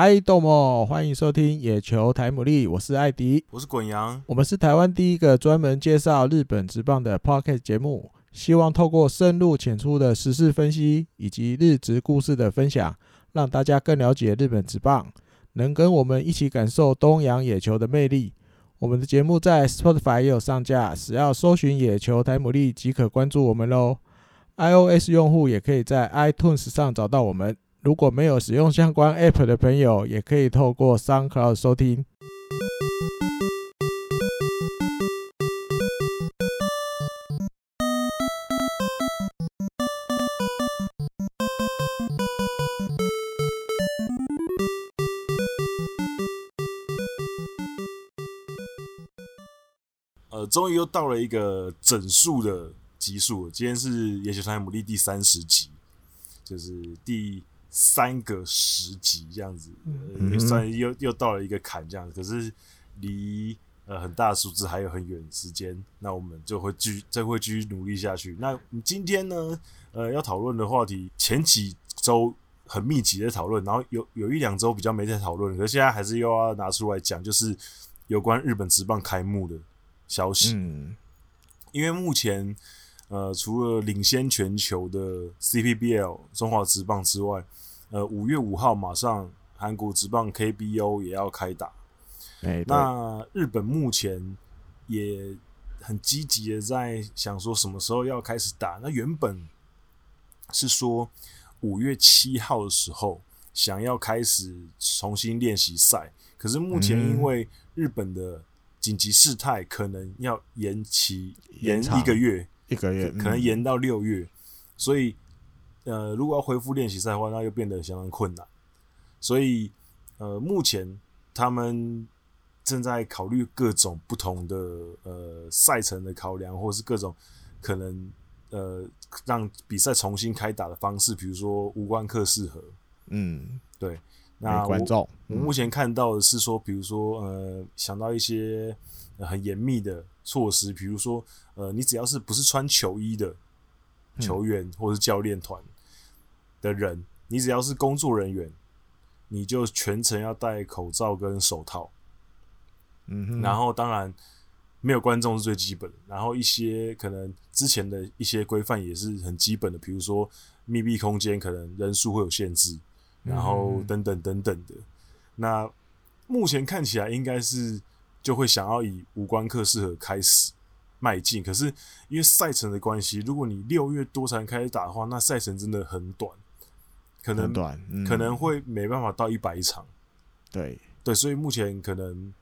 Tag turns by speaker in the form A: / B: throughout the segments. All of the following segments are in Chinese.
A: 嗨，豆莫，欢迎收听野球台姆利，我是艾迪，
B: 我是滚羊，
A: 我们是台湾第一个专门介绍日本职棒的 Podcast 节目，希望透过深入浅出的时事分析以及日职故事的分享，让大家更了解日本职棒，能跟我们一起感受东洋野球的魅力。我们的节目在 Spotify 也有上架，只要搜寻野球台姆利即可关注我们咯。iOS 用户也可以在 iTunes 上找到我们，如果没有使用相关 App 的朋友，也可以透过 SoundCloud 收听。
B: 终于又到了一个整数的集数了，今天是野球台姆利第30集，就是第3个10集这样子，算又到了一个坎这样子，可是离很大的数字还有很远的时间，那我们就会继续努力下去。那今天呢，要讨论的话题，前几周很密集的讨论，然后有1-2周比较没在讨论，可是现在还是又要拿出来讲，就是有关日本职棒开幕的消息。因为目前除了领先全球的 CPBL 中华职棒之外，5月5号马上韩国职棒 KBO 也要开打。那日本目前也很积极的在想说什么时候要开始打。那原本是说5月7号的时候想要开始重新练习赛，可是目前因为日本的紧急事态可能要延1个月，可能延到6月，所以如果要恢复练习赛的话，那又变得相当困难。所以目前他们正在考虑各种不同的赛程的考量，或是各种可能让比赛重新开打的方式，比如说无观客适合，对。那我目前看到的是说，比如说想到一些很严密的措施，比如说你只要是不是穿球衣的球员或是教练团的人，你只要是工作人员，你就全程要戴口罩跟手套。然后当然没有观众是最基本的，然后一些可能之前的一些规范也是很基本的，比如说密闭空间可能人数会有限制。然后等等等等的，那目前看起来应该是就会想要以无观客适合开始迈进，可是因为赛程的关系，如果你6月多才能开始打的话，那赛程真的很短，可能会没办法到100场。对，所以目前可能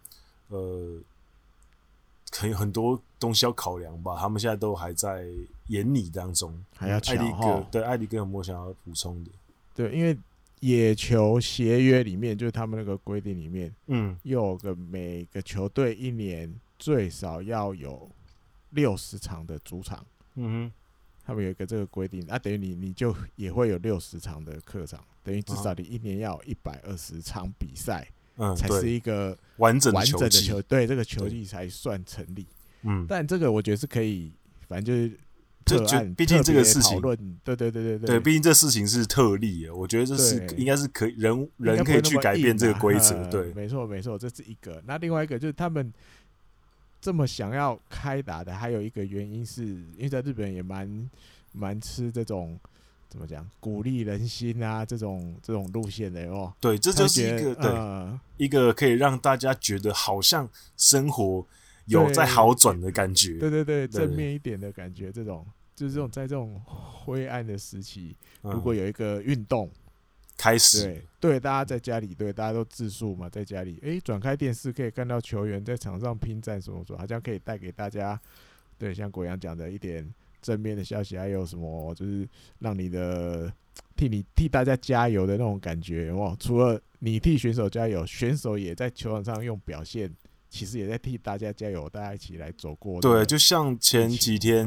B: 可能很多东西要考量吧，他们现在都还在研拟当中。
A: 还要巧
B: 艾迪哥有没有想要补充的？
A: 对，因为野球协约里面，就是他们那个规定里面，又有个每个球队1年最少要有60场的主场，他们有一个这个规定，等于你就也会有60场的客场，等于至少你1年要有120场比赛，才是一个
B: 完整的
A: 球
B: 季，
A: 对，这个球季才算成立。但这个我觉得是可以，反正就是。
B: 毕竟这个事情，
A: 对，
B: 毕竟这事情是特例，我觉得这是应该是可以人可以去改变这个规则，对，
A: 没错，这是一个。那另外一个就是他们这么想要开打的，还有一个原因是因为在日本也蛮吃这种怎么讲鼓励人心啊这种路线的哦。
B: 对，这就是一个可以让大家觉得好像生活有在好转的感觉，
A: 对，正面一点的感觉，就是在这种灰暗的时期，如果有一个运动
B: 开始，
A: 对，大家在家里，对，大家都自述嘛，在家里，转开电视可以看到球员在场上拼战什么，好像可以带给大家，对，像国阳讲的一点正面的消息，还有什么就是让你的替大家加油的那种感觉，有没有？除了你替选手加油，选手也在球场上用表现。其实也在替大家加油，大家一起来走过。
B: 对，就像前几天，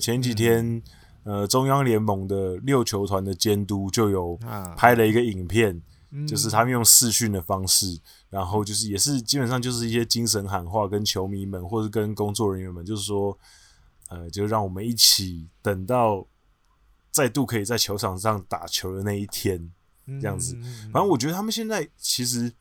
B: 中央联盟的6球团的监督就有拍了一个影片，就是他们用视讯的方式，然后就是也是基本上就是一些精神喊话，跟球迷们或是跟工作人员们，就是说，就让我们一起等到再度可以在球场上打球的那一天。 这样子。反正我觉得他们现在其实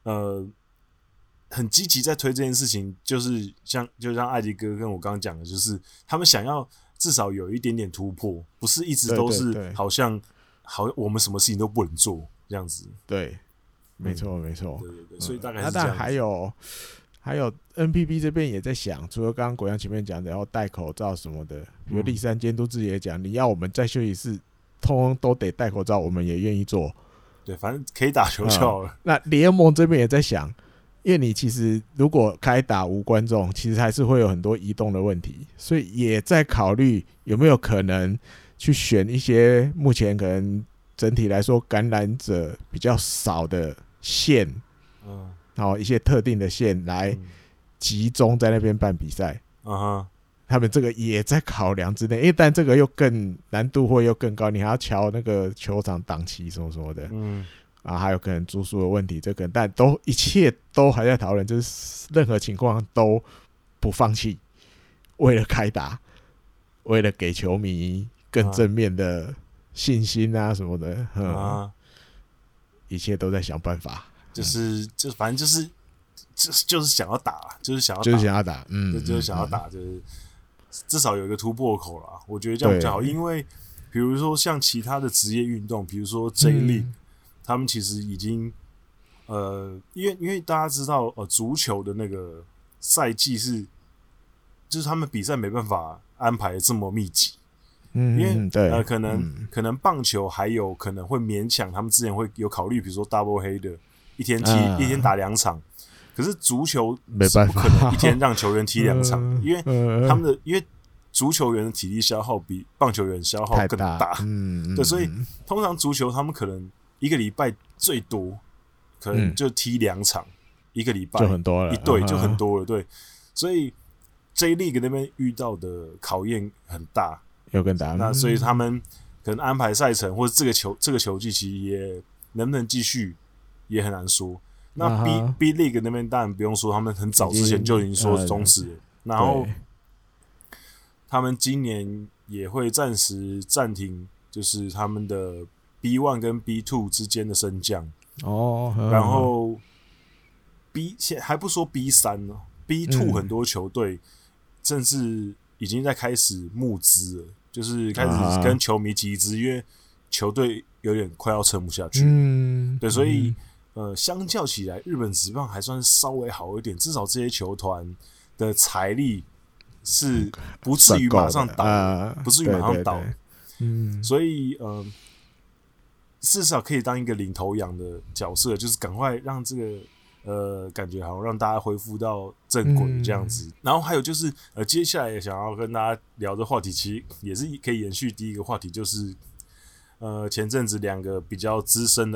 B: 很积极在推这件事情，就是就像艾迪哥跟我刚刚讲的，就是他们想要至少有一点点突破，不是一直都是好像我们什么事情都不能做这样子。
A: 对，没错没错。
B: 对，所以大概是这样子。
A: 但还有 NPP 这边也在想，除了刚刚国阳前面讲的要戴口罩什么的，比如立山监督自己也讲，你要我们在休息室通通都得戴口罩，我们也愿意做。
B: 对，反正可以打球就好了。
A: 那联盟这边也在想，因为你其实如果开打无观众，其实还是会有很多移动的问题，所以也在考虑有没有可能去选一些目前可能整体来说感染者比较少的县，然后一些特定的县来集中在那边办比赛。他们这个也在考量之内，因为但这个又更难度会又更高，你还要瞧那个球场档期什么什么的，还有可能住宿的问题，这个但一切都还在讨论，就是任何情况都不放弃，为了开打，为了给球迷更正面的信心啊什么的，一切都在想办法，
B: 反正就是想要打，就是想要打，
A: 就是想要打，
B: 就是至少有一个突破口啦。我觉得这样比较好，因为比如说像其他的职业运动，比如说 J League，他们其实已经因为大家知道足球的那个赛季就是他们比赛没办法安排这么密集。因为可能棒球还有可能会勉强，他们之前会有考虑，比如说 double header 一天打2场，可是足球
A: 没办法，
B: 不可能一天让球员踢2场，因为因为足球员的体力消耗比棒球员消耗更大，对，所以通常足球他们可能一个礼拜最多可能就踢2场，一个礼拜
A: 就很多了，
B: 一队就很多了，对，所以 J League 那边遇到的考验很大。
A: 有更大，
B: 那所以他们可能安排赛程，或者这个球季其实也能不能继续也很难说。那 B League 那边当然不用说，他们很早之前就已经说终止了。然后他们今年也会暂时暂停，就是他们的 B1 跟 B2 之间的升降。然后还不说 B3 呢，B2 很多球队甚至已经在开始募资了。就是开始跟球迷集资，因为球队有点快要撑不下去。对，所以相较起来，日本职棒还算是稍微好一点，至少这些球团的财力是不至于马上倒，不至于马上倒。所以至少可以当一个领头羊的角色，就是赶快让这个感觉好像让大家恢复到正轨这样子。然后还有就是接下来也想要跟大家聊的话题，其实也是可以延续第一个话题，就是前阵子2个比较资深的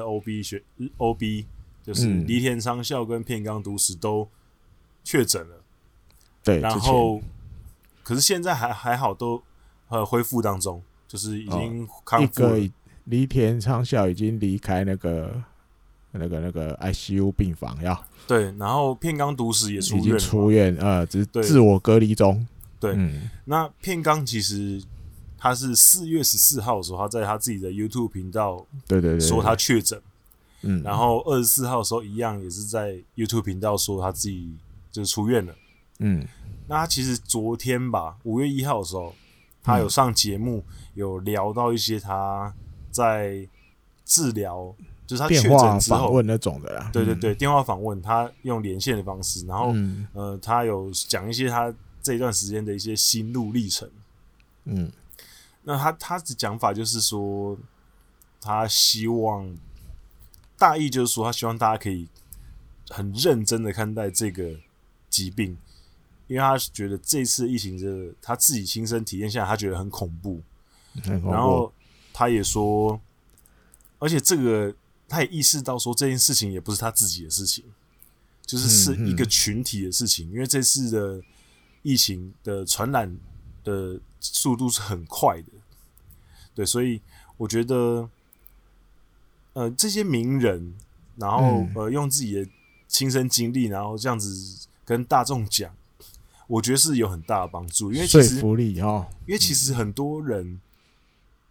B: OB 就是梨田昌孝跟片冈笃史都确诊了。
A: 对，
B: 然后可是现在还好，都恢复当中，就是已经康复了。
A: 梨田昌孝已经离开那个 ICU 病房
B: 对，然后片冈笃史也出院了，
A: 已经出院，只是自我隔离中。
B: 对，那片冈其实他是4月14号的时候，他在他自己的 YouTube 频道
A: 对
B: 说他确诊，然后24号的时候一样也是在 YouTube 频道说他自己就是出院了。那他其实昨天吧，5月1号的时候，他有上节目，有聊到一些他在治疗。就是他确诊之后，电话
A: 访问那种的啦。
B: 对，电话访问，他用连线的方式，然后他有讲一些他这一段时间的一些心路历程。那他的讲法就是说，他希望大意就是说，他希望大家可以很认真的看待这个疾病，因为他觉得这次疫情他自己亲身体验下来，他觉得很恐怖。然后他也说，而且这个。他也意识到说这件事情也不是他自己的事情，就是一个群体的事情，因为这次的疫情的传染的速度是很快的，对，所以我觉得，这些名人，然后用自己的亲身经历，然后这样子跟大众讲，我觉得是有很大的帮助，因为其实
A: 说服力因
B: 为其实很多人。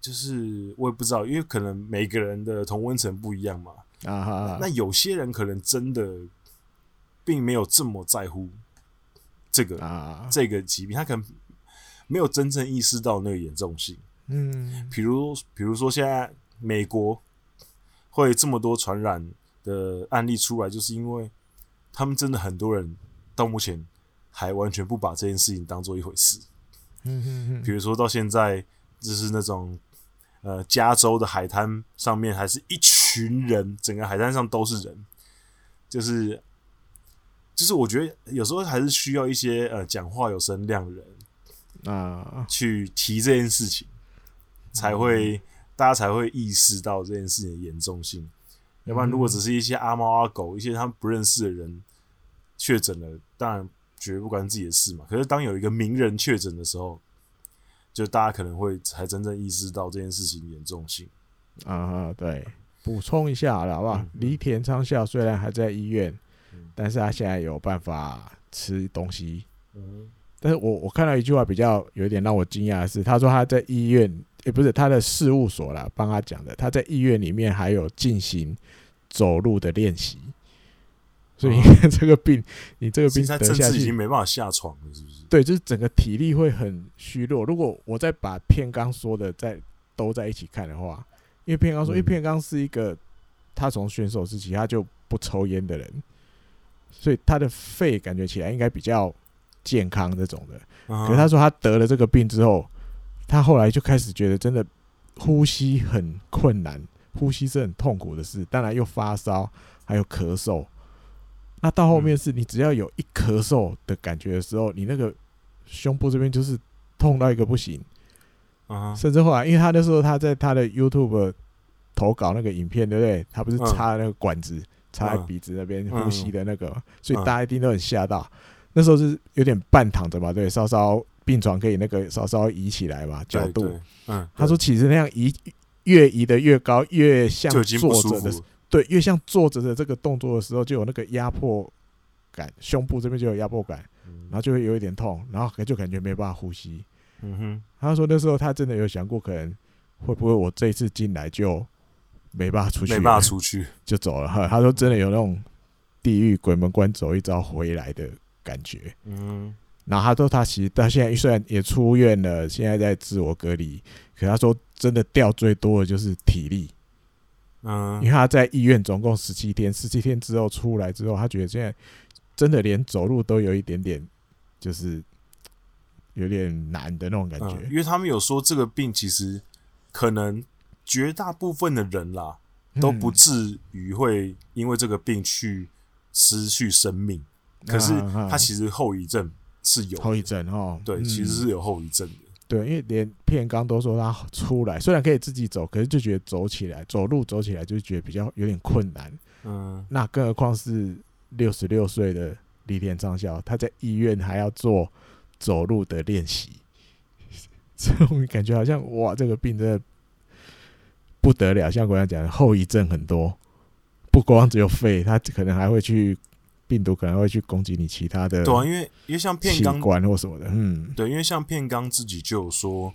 B: 就是我也不知道，因为可能每个人的同温层不一样嘛。那有些人可能真的并没有这么在乎这个疾病，他可能没有真正意识到那个严重性。比如说现在美国会这么多传染的案例出来，就是因为他们真的很多人到目前还完全不把这件事情当做一回事。比如说到现在，就是那种加州的海滩上面还是一群人，整个海滩上都是人，就是我觉得有时候还是需要一些讲话有声量的人去提这件事情，大家才会意识到这件事情的严重性。要不然如果只是一些阿猫阿狗，一些他们不认识的人确诊了，当然绝对不关自己的事嘛。可是当有一个名人确诊的时候，就大家可能会才真正意识到这件事情严重性。
A: 对，补充一下好了，好不好？梨田昌孝虽然还在医院，但是他现在有办法吃东西。但是我看到一句话比较有点让我惊讶的是，他说他在医院，不是他的事务所啦，帮他讲的，他在医院里面还有进行走路的练习。所以你看这个病，你这个病得下去，
B: 已经没办法下床了，是不是？
A: 对，就是整个体力会很虚弱。如果我再把片刚说的都在一起看的话，因为片刚说，因为片刚是一个他从选手时期他就不抽烟的人，所以他的肺感觉起来应该比较健康这种的。可是他说他得了这个病之后，他后来就开始觉得真的呼吸很困难，呼吸是很痛苦的事，当然又发烧，还有咳嗽。那到后面是你只要有一咳嗽的感觉的时候，你那个胸部这边就是痛到一个不行。甚至后来，因为他那时候他在他的 YouTube 投稿那个影片，对不对？他不是插那个管子插在鼻子那边呼吸的那个，所以大家一定都很吓到。那时候是有点半躺着嘛，对，稍稍病床可以那个稍稍移起来嘛，角度。他说其实那样越移得越高，越像坐着的。对，越像坐着的这个动作的时候，就有那个压迫感，胸部这边就有压迫感，然后就会有一点痛，然后就感觉没办法呼吸。他说那时候他真的有想过，可能会不会我这一次进来就没办法出去，就走了。他说真的有那种地狱鬼门关走一遭回来的感觉。然后他说他其实到现在虽然也出院了，现在在自我隔离，可他说真的掉最多的就是体力。因为他在医院总共17天，17天之后出来之后，他觉得现在真的连走路都有一点点，就是有点难的那种感觉。
B: 因为他们有说这个病其实可能绝大部分的人啦，都不至于会因为这个病去失去生命，可是他其实后遗症是有
A: 后遗症
B: 对，其实是有后遗症的。
A: 对，因为连片刚都说他出来，虽然可以自己走，可是就觉得走路走起来就觉得比较有点困难。那更何况是66岁的梨田昌孝，他在医院还要做走路的练习，这种感觉好像哇，这个病真的不得了。像我刚才讲的，后遗症很多，不光只有肺，他可能还会去。病毒可能会去攻击你其他的，
B: 对啊，因为像片刚
A: 器官或什么的，
B: 对，因为像片刚自己就有说，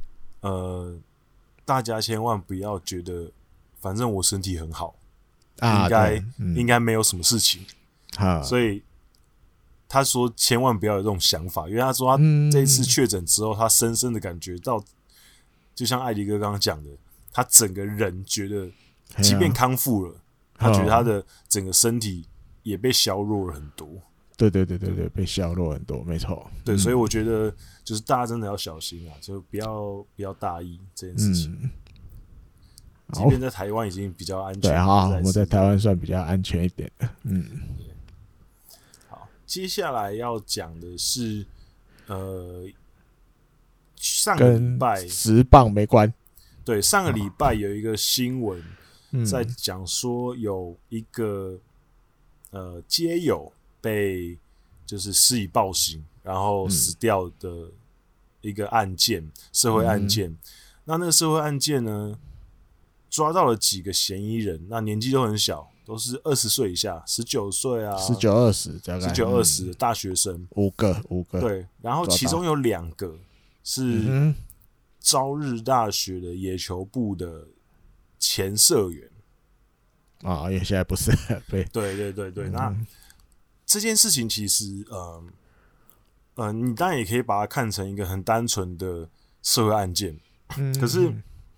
B: 大家千万不要觉得，反正我身体很好，应该没有什么事情，所以他说千万不要有这种想法，因为他说他这一次确诊之后，他深深的感觉到，就像艾迪哥刚刚讲的，他整个人觉得，即便康复了，他觉得他的整个身体。也被削弱了很多，
A: 对，被削弱很多，没错。
B: 对，所以我觉得就是大家真的要小心啊，就不要大意这件事情。即便在台湾已经比较安全，
A: 对，好，我们在台湾算比较安全一点的。
B: 好，接下来要讲的是上个礼拜
A: 10棒没关。
B: 对，上个礼拜有一个新闻在讲说有一个。街友被就是施以暴行，然后死掉的一个案件，社会案件。那个社会案件呢，抓到了几个嫌疑人，那年纪都很小，都是20岁以下，19岁啊
A: ，19、20大概
B: ，19、20的大学生，5个。对，然后其中有2个是朝日大学的野球部的前社员
A: 因为现在不是对
B: 那这件事情其实你当然也可以把它看成一个很单纯的社会案件，可是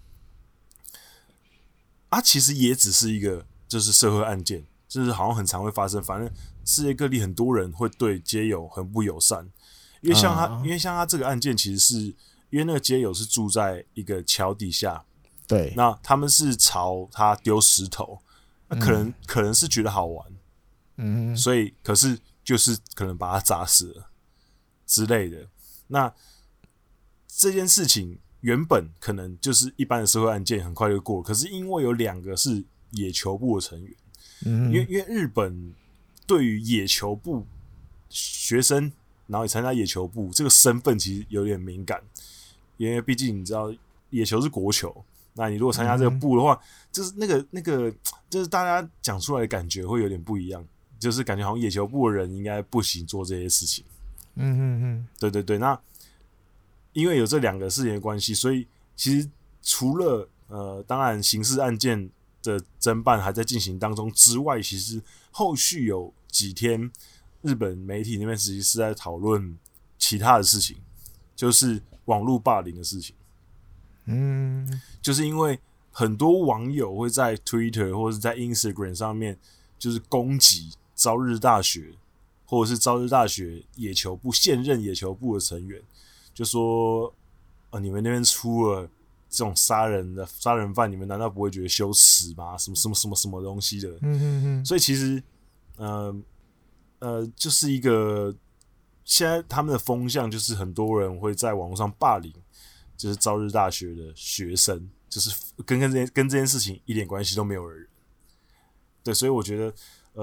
B: 其实也只是一个就是社会案件，就是好像很常会发生，反正世界各地很多人会对街友很不友善，因为像他这个案件，其实是因为那个街友是住在一个桥底下，
A: 对，
B: 那他们是朝他丢石头，那可能是觉得好玩，所以可是就是可能把他砸死了之类的。那这件事情原本可能就是一般的社会案件，很快就过了，可是因为有2个是野球部的成员，因为日本对于野球部学生，然后也参加野球部这个身份其实有点敏感，因为毕竟你知道野球是国球，那你如果参加这个部的话，就是那个就是大家讲出来的感觉会有点不一样，就是感觉好像野球部的人应该不行做这些事情。对，那因为有这2个事情的关系，所以其实除了当然刑事案件的侦办还在进行当中之外，其实后续有几天日本媒体那边实际是在讨论其他的事情，就是网络霸凌的事情。就是因为很多网友会在 Twitter 或者是在 Instagram 上面就是攻击朝日大学或者是朝日大学野球部现任野球部的成员，就说你们那边出了这种杀人犯，你们难道不会觉得羞耻吗？什么东西的？所以其实就是一个现在他们的风向，就是很多人会在网络上霸凌，就是朝日大学的学生，就是跟这件事情一点关系都没有的人。对，所以我觉得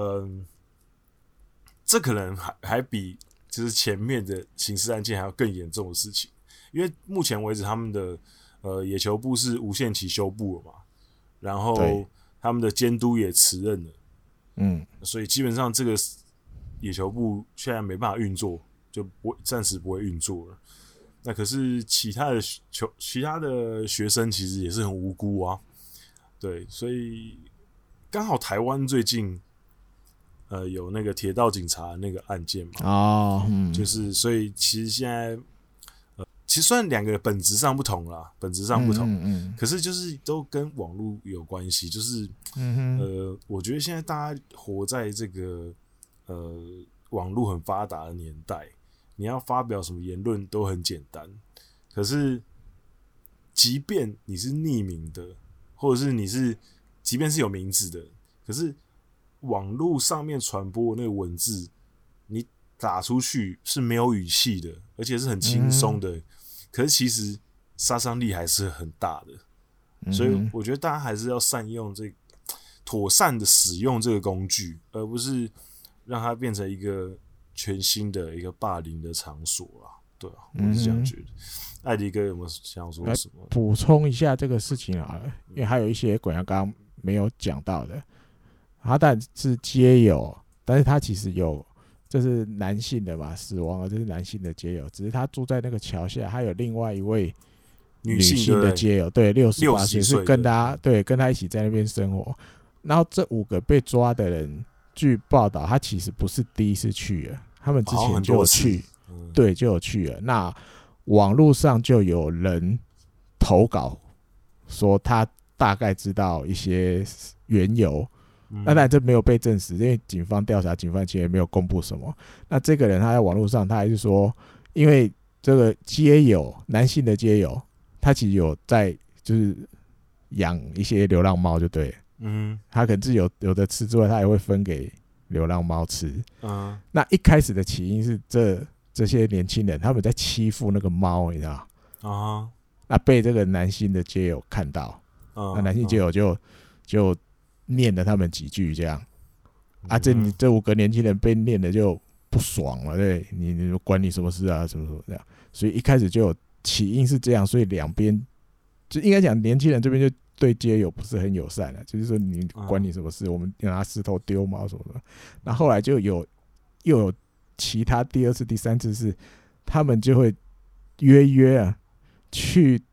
B: 这可能还比就是前面的刑事案件还要更严重的事情，因为目前为止他们的野球部是无限期休部了嘛，然后他们的监督也辞任了，所以基本上这个野球部现在没办法运作，就暂时不会运作了。那可是其他的学生其实也是很无辜啊，对，所以刚好台湾最近有那个铁道警察那个案件嘛，就是所以其实现在其实虽然2个本质上不同啦，可是就是都跟网络有关系，就是我觉得现在大家活在这个网络很发达的年代，你要发表什么言论都很简单，可是即便你是匿名的，或者是即便是有名字的，可是网络上面传播那个文字，你打出去是没有语气的，而且是很轻松的，可是其实杀伤力还是很大的，所以我觉得大家还是要善用妥善的使用这个工具，而不是让它变成一个全新的一个霸凌的场所啦。对啊，我是这样觉得。艾迪哥有没有想说什么？
A: 补充一下这个事情啊，因为还有一些馆长刚刚没有讲到的，他当然是街友，但是他其实有这是男性的嘛，死亡了，这是男性的街友，只是他住在那个桥下，还有另外一位女性的街友，对，68岁是跟他一起在那边生活。然后这5个被抓的人，据报道，他其实不是第一次去了，他们之前就有去，对，就有去了。那网络上就有人投稿说他大概知道一些缘由。那当然这没有被证实，因为警方调查，警方其实也没有公布什么。那这个人他在网络上，他还是说，因为这个街友，男性的街友，他其实有在就是养一些流浪猫，就对了，他可能是有的吃之外，他也会分给流浪猫吃。那一开始的起因是这些年轻人他们在欺负那个猫，你知道吗？那被这个男性的街友看到，那男性街友就念了他们几句这样，这5个年轻人被念的就不爽了，对，你管你什么事啊，什么这样，所以一开始就有起因是这样，所以2边就应该讲年轻人这边就对街友不是很友善了，就是说你管你什么事，我们拿石头丢猫什么的。那后来就又有其他第2次、第3次是他们就会约去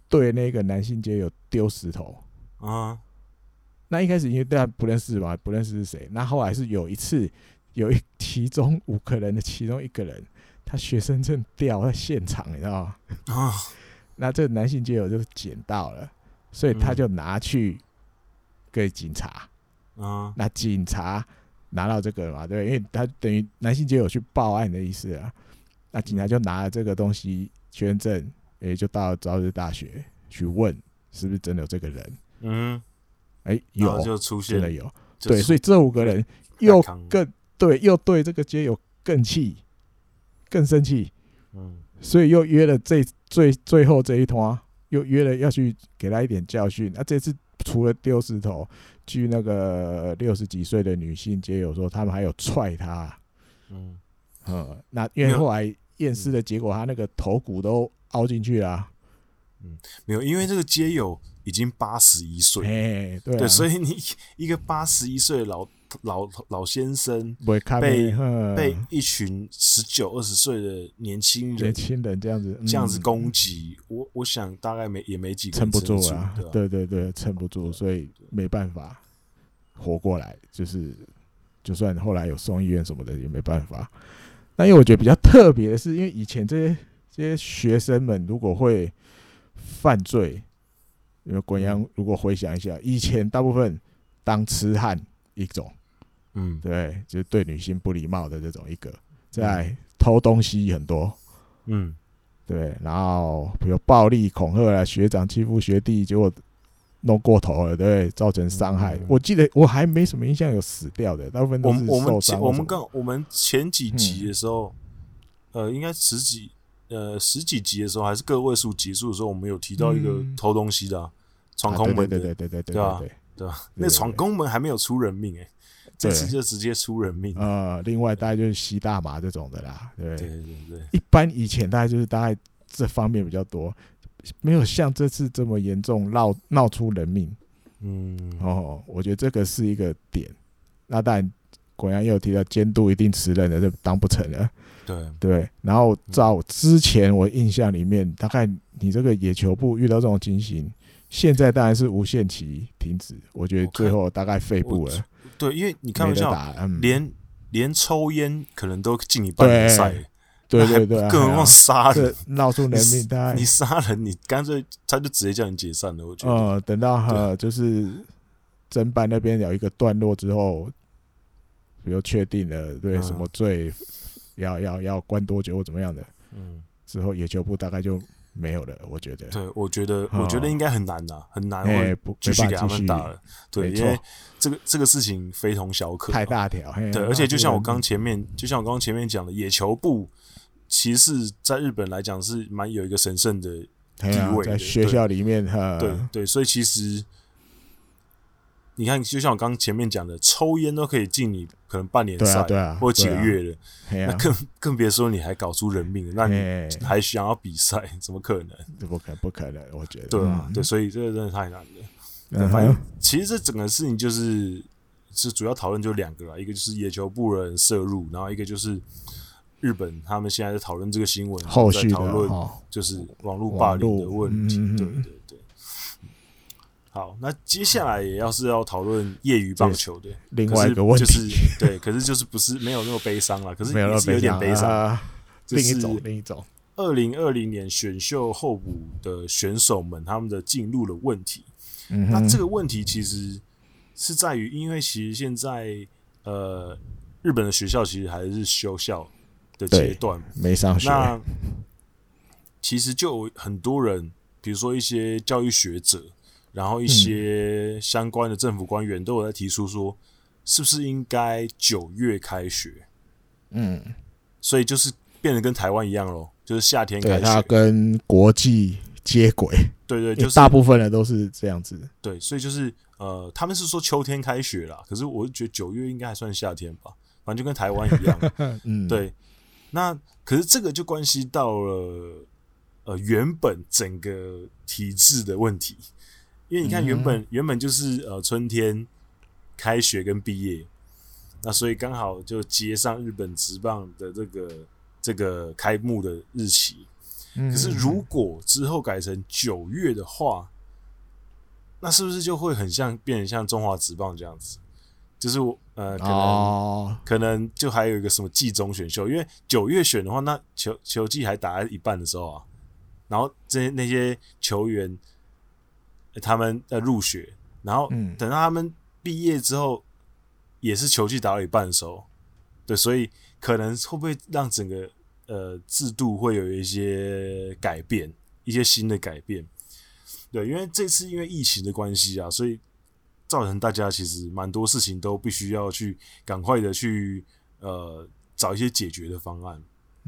A: 对那个男性街友丢石头
B: 啊。
A: 那一开始因为大家不认识嘛，不认识是谁。那后来是有一次，其中5个人的其中1个人，他学生证掉在现场，你知道吗？
B: 啊，
A: 那这个男性街友就捡到了，所以他就拿去给警察。那警察拿到这个嘛，对，因为他等于男性街友去报案的意思啊。那警察就拿了这个东西，学生证，就到朝日大学去问，是不是真的有这个人？有，
B: 就出现
A: 真的有。对，所以这5个人又对这个街友更生气。所以又约了最后这一团，又约了要去给他一点教训。这次除了丢石头，据那个60几岁的女性街友说，他们还有踹他。那因为后来验尸的结果，他那个头骨都凹进去了。
B: 没有，因为这个街友已经81岁，
A: 对，
B: 所以你一个81岁的老先生被一群19、20岁的年轻人
A: 这样子
B: 攻击，我想大概也没几个
A: 撑不住
B: 啊，
A: 对，撑不住，所以没办法活过来，就算后来有送医院什么的也没办法。那因为我觉得比较特别的是，因为以前这些学生们如果会犯罪，因为滚阳如果回想一下，以前大部分当痴汉一种，对，就是对女性不礼貌的这种一个，在偷东西很多，对，然后比如暴力恐吓啊，学长欺负学弟，结果弄过头了，对，造成伤害。我记得我还没什么印象有死掉的，大部分都是受伤。
B: 我们前几集的时候，应该十几集的时候，还是个位数集数的时候，我们有提到一个偷东西的闯空门的，对吧？那闯空门还没有出人命这次就直接出人命。
A: 另外大概就是吸大麻这种的啦，对。
B: 一
A: 般以前大概这方面比较多，没有像这次这么严重闹出人命。我觉得这个是一个点。那当然，果然也有提到监督一定辞任了，就当不成了。对。然后照之前我印象里面，大概你这个野球部遇到这种情形，现在当然是无限期停止。我觉得最后大概废部了。
B: 对，因为你看一下，连抽烟可能都禁你半年赛。
A: 对，
B: 更何况杀人，
A: 闹出人命，
B: 你杀人，你干脆他就直接叫你解散了。我觉得，
A: 等到就是侦办那边有一个段落之后，比如确定了对什么罪，要关多久或怎么样的，之后野球部大概就没有了。我觉得，
B: 对，我觉得应该很难呐，很难会继续给他们打了。对，因为这个事情非同小可，
A: 太大条。
B: 对，而且就像我刚前面讲的，野球部其实在日本来讲是蛮有一个神圣的地位的，
A: 在学校里面，
B: 对，所以其实你看，就像我刚前面讲的，抽烟都可以禁你可能半年赛，或几个月了，那更别说你还搞出人命了，那你还想要比赛，怎么可能？
A: 不可能，我觉得。
B: 对啊，对，所以这个真的太难了。反正其实这整个事情是主要讨论就2个啦，一个就是野球部人涉入，然后一个就是日本他们现在在讨论这个新闻，
A: 后续
B: 在讨论就是网络霸凌的问题。对。好，那接下来也要讨论业余棒球的
A: 另外一个问题，
B: 对，可是就是不是没有那么悲伤啦，可是也是有点悲伤。
A: 另一种
B: 2020年选秀候补的选手们他们的进入的问题。那这个问题其实是在于，因为其实现在日本的学校其实还是休校的阶段，
A: 没上学。
B: 那其实就有很多人，比如说一些教育学者，然后一些相关的政府官员都有在提出说，是不是应该9月开学？所以就是变得跟台湾一样咯，就是夏天开学，
A: 它跟国际接轨。
B: 对，就是
A: 大部分人都是这样子。
B: 对，所以就是他们是说秋天开学啦，可是我觉得9月应该还算夏天吧，反正就跟台湾一样。对，那可是这个就关系到了原本整个体制的问题，因为你看原本就是春天开学跟毕业，那所以刚好就接上日本职棒的这个开幕的日期。 可是如果之后改成9月的话，那是不是就会变成像中华职棒这样子？就是可能就还有一个什么季中选秀，因为9月选的话，那球季还打在一半的时候啊，然后那些球员他们入学，然后等到他们毕业之后，也是球季打到一半的时候，对，所以可能会不会让整个制度会有一些改变，一些新的改变？对，因为这次因为疫情的关系啊，所以造成大家其实蛮多事情都必须要去赶快的去找一些解决的方案。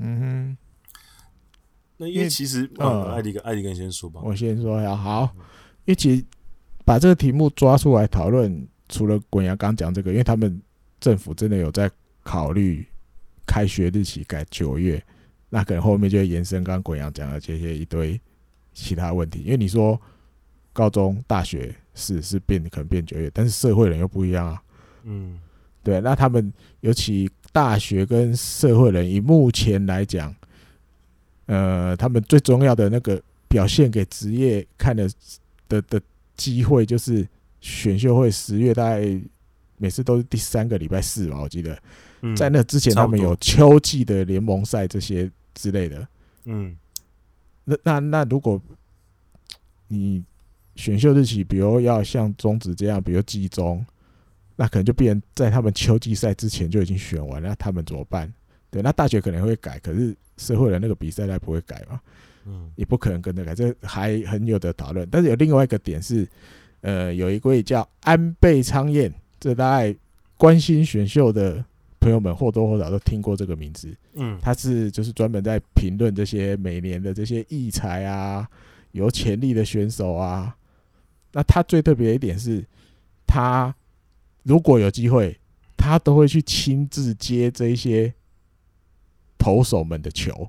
B: 那因为其实艾迪根先说吧。
A: 我先说好，因为其实把这个题目抓出来讨论，除了滚阳刚讲这个，因为他们政府真的有在考虑开学日期改9月，那可能后面就会延伸刚刚滚阳讲的这些一堆其他问题，因为你说高中、大学是可能变9月，但是社会人又不一样啊。对，那他们尤其大学跟社会人，以目前来讲，他们最重要的那个表现给职业看的机会，就是选秀会10月大概每次都是第3个礼拜4吧，我记得。在那之前，他们有秋季的联盟赛这些之类的。那如果你选秀日期，比如要像中职这样，比如季中，那可能就变成在他们秋季赛之前就已经选完了，那他们怎么办？对，那大学可能会改，可是社会人那个比赛他不会改嘛，也不可能跟着改，这还很有的讨论。但是有另外一个点是，有一位叫安倍昌彦，这大概关心选秀的朋友们或多或少都听过这个名字。他是就是专门在评论这些每年的这些艺才啊，有潜力的选手啊。那他最特别的一点是，他如果有机会，他都会去亲自接这一些投手们的球。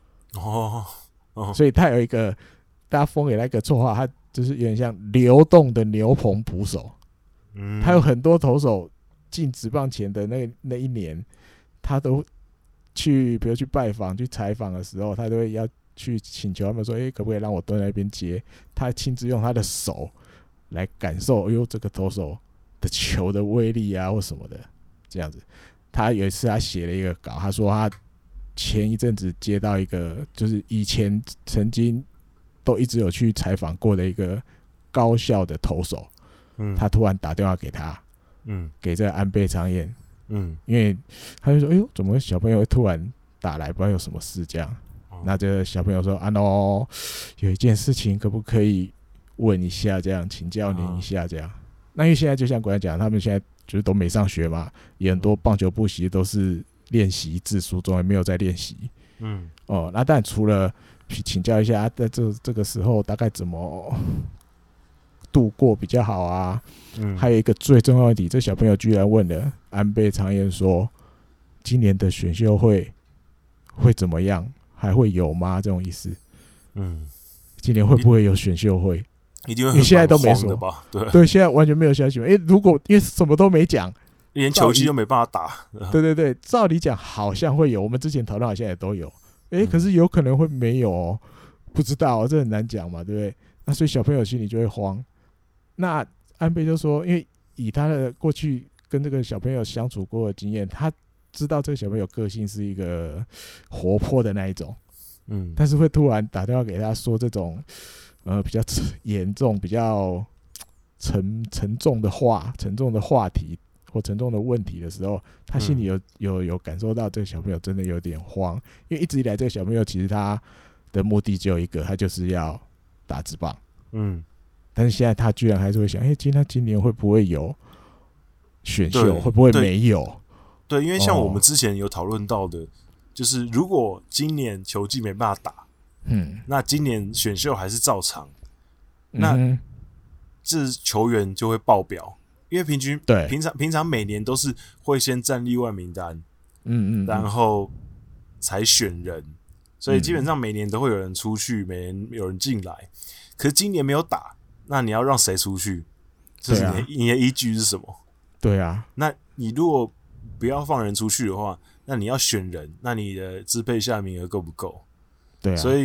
A: 所以他有一个大家封给他一个绰号，他就是有点像流动的牛棚捕手。他有很多投手进职棒前的那一年，他都去，比如去拜访、去采访的时候，他都会要去请求他们说：“可不可以让我蹲在那边接？”他亲自用他的手来感受，这个投手的球的威力啊，或什么的，这样子。他有一次他写了一个稿，他说他前一阵子接到一个，就是以前曾经都一直有去采访过的一个高校的投手，他突然打电话给他，给这个安倍昌彦，因为他就说：“怎么小朋友会突然打来，不知道有什么事这样？”那这个小朋友说：“有一件事情可不可以问一下，这样请教您一下这样。”那因为现在就像刚才讲，他们现在就是都没上学嘛，也很多棒球补习都是练习字书中，也没有在练习。那但除了请教一下，在这个时候大概怎么度过比较好啊？还有一个最重要的问题，这小朋友居然问了安倍昌彦说：“今年的选秀会怎么样？还会有吗？”这种意思。今年会不会有选秀会？
B: 一定会很
A: 因为现在都没说
B: 吧？
A: 对，现在完全没有消息。因为什么都没讲，
B: 连球季都没办法打。
A: 对，照理讲好像会有，我们之前讨论好像也都有。可是有可能会没有哦，不知道这很难讲嘛，对不对？那所以小朋友心里就会慌。那安倍就说，因为以他的过去跟这个小朋友相处过的经验，他知道这个小朋友个性是一个活泼的那一种，但是会突然打电话给他说这种比较严重、比较沉重的话题或沉重的问题的时候，他心里有感受到这个小朋友真的有点慌，因为一直以来这个小朋友其实他的目的只有一个，他就是要打职棒。但是现在他居然还是会想，他今年会不会有选秀？会不会没有？
B: 对，因为像我们之前有讨论到的，就是如果今年球季没办法打，那今年选秀还是照常，那这球员就会爆表，因为平常每年都是会先占例外名单，然后才选人，所以基本上每年都会有人出去，每年有人进来。可是今年没有打，那你要让谁出去？就是你的依据是什么？
A: 对啊，
B: 那你如果不要放人出去的话，那你要选人，那你的支配下名额够不够？
A: 对啊，
B: 所以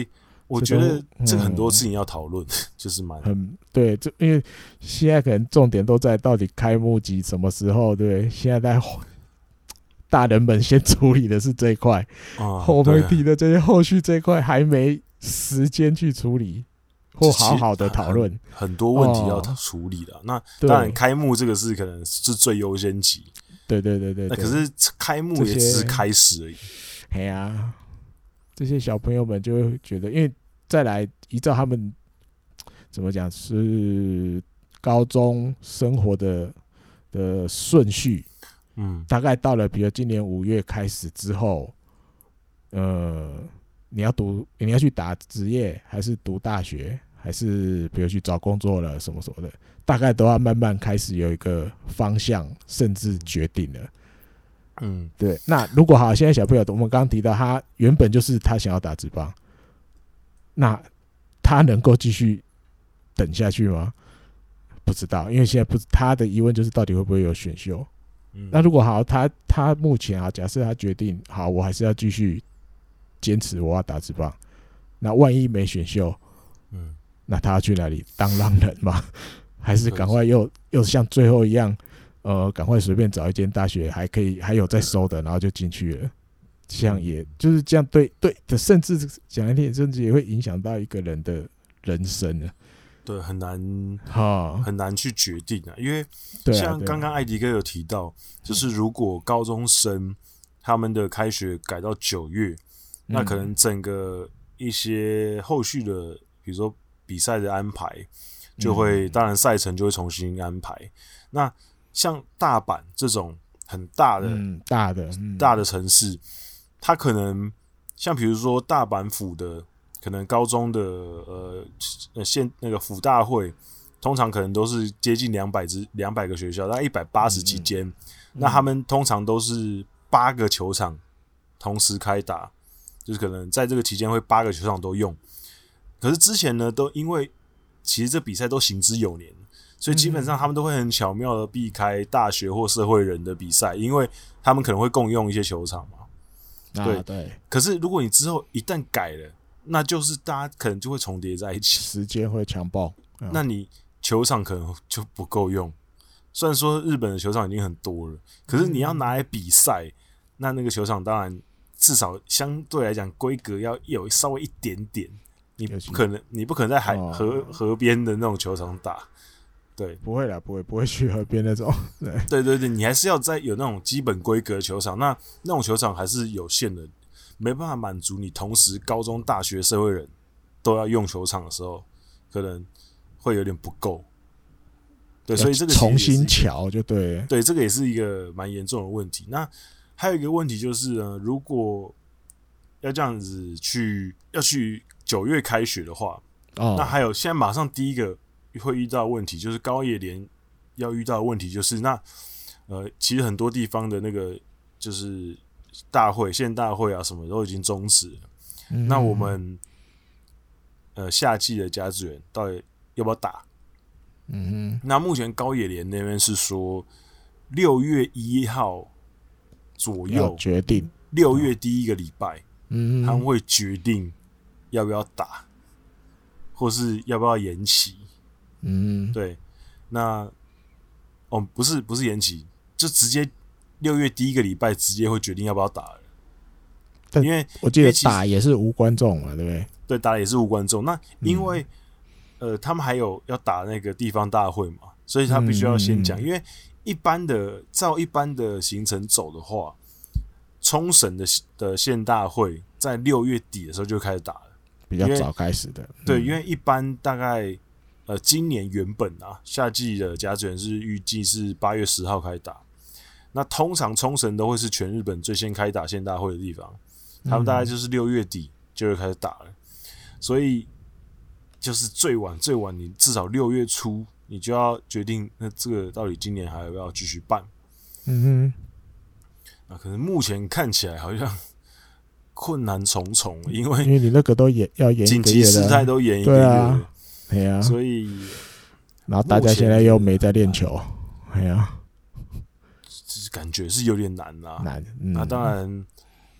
B: 我觉得这个很多事情要讨论，就是
A: 对，因为现在可能重点都在到底开幕季什么时候，对不对？现在大人们先处理的是这一块，我们提的这些后续这一块还没时间去处理或好好的讨论，
B: 很多问题要处理了。那当然，开幕这个是可能是最优先级。对。那可是开幕也只是开始而已。
A: 哎呀，这些小朋友们就会觉得，因为再来依照他们怎么讲是高中生活的顺序，大概到了比如今年5月开始之后，你要去打职业，还是读大学，还是比如去找工作了什么什么的，大概都要慢慢开始有一个方向，甚至决定了。对。那如果好，现在小朋友，我们刚刚提到他原本就是他想要打职棒，那他能够继续等下去吗？不知道，因为现在他的疑问就是到底会不会有选秀。那如果好，他目前假设他决定好，我还是要继续坚持我要打职棒，那万一没选秀，那他要去哪里当浪人吗？还是赶快又像最后一样，赶快随便找一间大学还有在收的，然后就进去了。这样也就是这样，对的，甚至讲一点，甚至也会影响到一个人的人生了。
B: 对，很难去决定啊，因为像刚刚艾迪哥有提到，就是如果高中生他们的开学改到9月，那可能整个一些后续的，比如说比赛的安排，就会当然赛程就会重新安排。那像大阪这种很大的城市，它可能像比如说大阪府的。可能高中的那个府大会，通常可能都是接近200个学校，大概180几间。那他们通常都是8个球场同时开打，就是可能在这个期间会8个球场都用。可是之前呢，都因为其实这比赛都行之有年，所以基本上他们都会很巧妙的避开大学或社会人的比赛，因为他们可能会共用一些球场嘛。对。可是如果你之后一旦改了，那就是大家可能就会重叠在一起，
A: 时间会强暴。
B: 那你球场可能就不够用。虽然说日本的球场已经很多了，可是你要拿来比赛，那个球场当然至少相对来讲规格要有稍微一点点。你不可能在河边的那种球场打。对，
A: 不会啦，不会去河边那种。
B: 对，你还是要在有那种基本规格的球场。那种球场还是有限的。没办法满足你同时高中、大学、社会人都要用球场的时候，可能会有点不够。对，所以这个
A: 重新瞧就对了。
B: 对，这个也是一个蛮严重的问题。那还有一个问题就是呢，如果要这样子要去9月开学的话，那还有现在马上第一个会遇到的问题就是高野联要遇到的问题就是其实很多地方的那个就是县大会啊什么都已经终止了。那我们夏季的甲子园到底要不要打？那目前高野联那边是说6月1号左右
A: 决定
B: ，6月第一个礼拜，他们会决定要不要打，或是要不要延期。对，那不是延期，就直接6月第一个礼拜直接会决定要不要打了。因为
A: 我记得打也是无观众嘛，对不对？
B: 对，打也是无观众。那因为他们还有要打那个地方大会嘛，所以他必须要先讲。因为照一般的行程走的话，冲绳的县大会在6月底的时候就开始打了，
A: 比较早开始的。
B: 对，因为一般大概今年原本夏季的甲子园是预计是8月10号开打。那通常冲绳都会是全日本最先开打县大会的地方，他们大概就是6月底就会开始打了，所以就是最晚你至少6月初你就要决定，那这个到底今年还要不要继续办？那可能目前看起来好像困难重重，因为
A: 你那个都要延
B: 紧急事态都延一个月，
A: 对啊，
B: 所以
A: 然后大家现在又没在练球，感
B: 觉是有点难啦。那当然，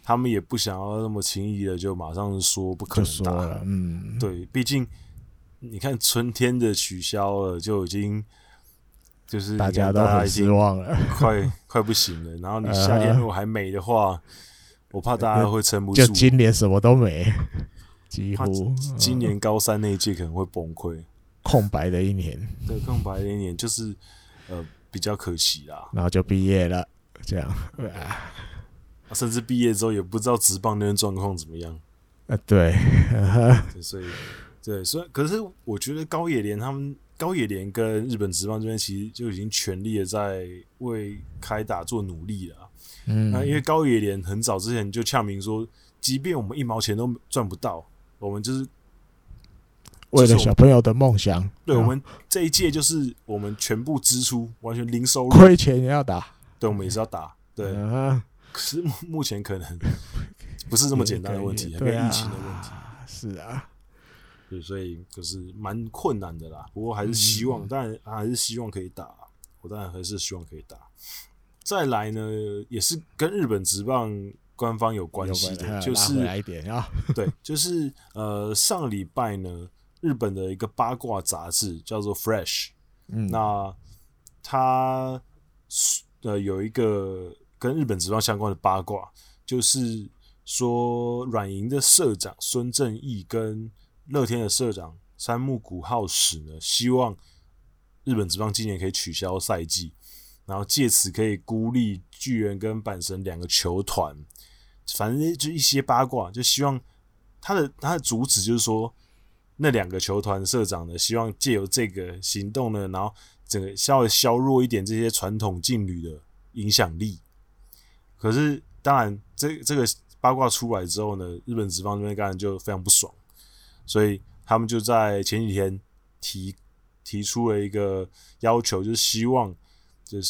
B: 他们也不想要那么轻易的就马上说不可能打
A: 了。
B: 对，毕竟你看春天的取消了，就已经就是
A: 大家都很失望了，
B: 快不行了。然后你夏天如果还没的话，我怕大家会撑不住。
A: 就今年什么都没，几乎
B: 今年高三那一届可能会崩溃，
A: 空白的一年。
B: 对，空白的一年就是比较可惜啦。
A: 然后就毕业了，这样。
B: 甚至毕业之后也不知道职棒那边状况怎么样。
A: 对，
B: 所以可是我觉得高野连跟日本职棒这边其实就已经全力的在为开打做努力了。那因为高野连很早之前就呛明说，即便我们1毛钱都赚不到，我们就是
A: 为了小朋友的梦想。
B: 对，我们这一届就是我们全部支出，完全零收入，
A: 亏钱也要打。
B: 对，我们也是要打。对。可是目前可能不是这么简单的问题，跟疫情的问题。
A: 是啊，
B: 对，所以就是蛮困难的啦。不过还是希望，当然还是希望可以打。我当然还是希望可以打。再来呢，也是跟日本职棒官方有关系的，就是
A: 拉回来一点啊。
B: 对，就是上个礼拜呢，日本的一个八卦杂志叫做 Fresh，那它有一个跟日本职棒相关的八卦，就是说软银的社长孙正义跟乐天的社长山木谷浩史呢，希望日本职棒今年可以取消赛季，然后借此可以孤立巨人跟阪神2个球团。反正就一些八卦，就希望他的主旨就是说，那2个球团社长呢，希望借由这个行动呢，然后整个稍微削弱一点这些传统劲旅的影响力。可是当然这个八卦出来之后呢，日本职棒这边当然就非常不爽，所以他们就在前几天提出了一个要求，就是希望就是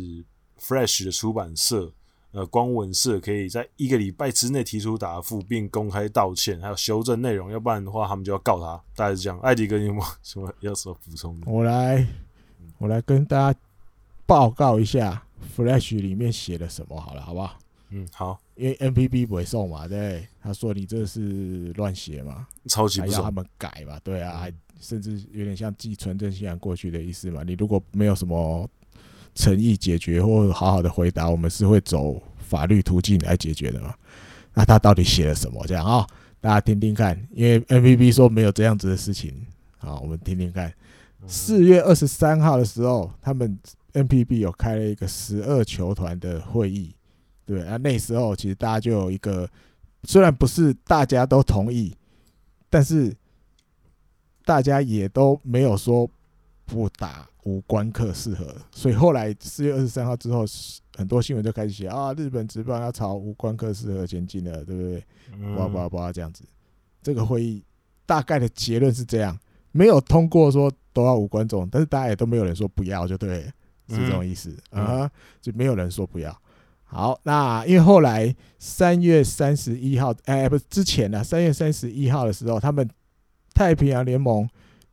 B: Fresh 的出版社光文社可以在1个礼拜之内提出答复，并公开道歉，还有修正内容，要不然的话他们就要告他。大概是这样。艾迪哥，你有没有什么补充的？
A: 我来跟大家报告一下 Flash 里面写了什么好了，好不好？
B: 好。
A: 因为 NPB 不会送嘛，对，他说你这是乱写嘛，
B: 超级不爽，
A: 还要他们改嘛，对啊，甚至有点像寄存证信函过去的意思嘛。你如果没有什么诚意解决或好好的回答，我们是会走法律途径来解决的嘛。那他到底写了什么？这样啊，大家听听看，因为 NPB 说没有这样子的事情，好，我们听听看。4月23号的时候，他们 NPB 有开了一个12球团的会议。对，那时候其实大家就有一个，虽然不是大家都同意，但是大家也都没有说不打无关课适合，所以后来4月23号之后，很多新闻就开始写啊，日本职棒要朝无关课适合前进了，对不对？这样子。这个会议大概的结论是这样，没有通过说都要无关种，但是大家也都没有人说不要，就对了，是这种意思就没有人说不要。好，那因为后来3月31号，不是之前呢，3月31号的时候，他们太平洋联盟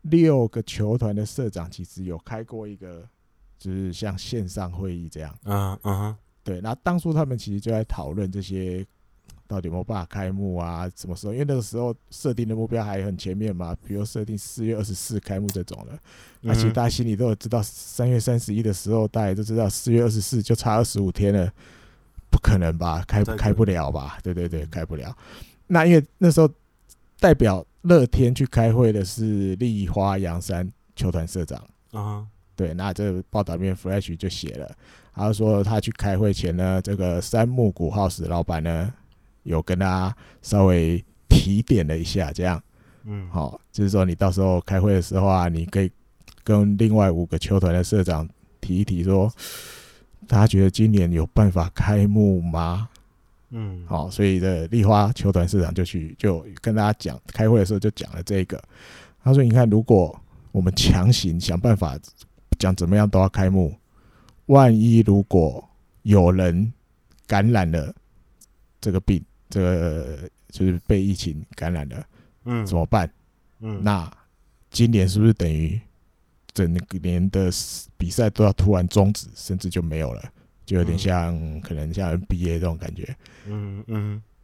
A: 6个球团的社长其实有开过一个，就是像线上会议这样。对，那当初他们其实就在讨论这些到底有没有办法开幕啊，什么时候？因为那个时候设定的目标还很前面嘛，比如设定4月24开幕这种的。那其实大家心里都有知道，3月31的时候，大家都知道4月24就差25天了。不可能吧？开不了吧？对，开不了。那因为那时候代表乐天去开会的是立花洋山球团社长。对，那这个报道里面 Flash 就写了，他说他去开会前呢，这个山木谷浩史老板呢有跟他稍微提点了一下，这样。好，就是说你到时候开会的时候啊，你可以跟另外5个球团的社长提一提说。他觉得今年有办法开幕吗？好，所以的立花球团社长就跟大家讲，开会的时候就讲了这个。他说：“你看，如果我们强行想办法讲怎么样都要开幕，万一如果有人感染了这个病，这个就是被疫情感染了，怎么办？那今年是不是等于？”整年的比赛都要突然终止，甚至就没有了，就有点像可能像 NBA 这种感觉。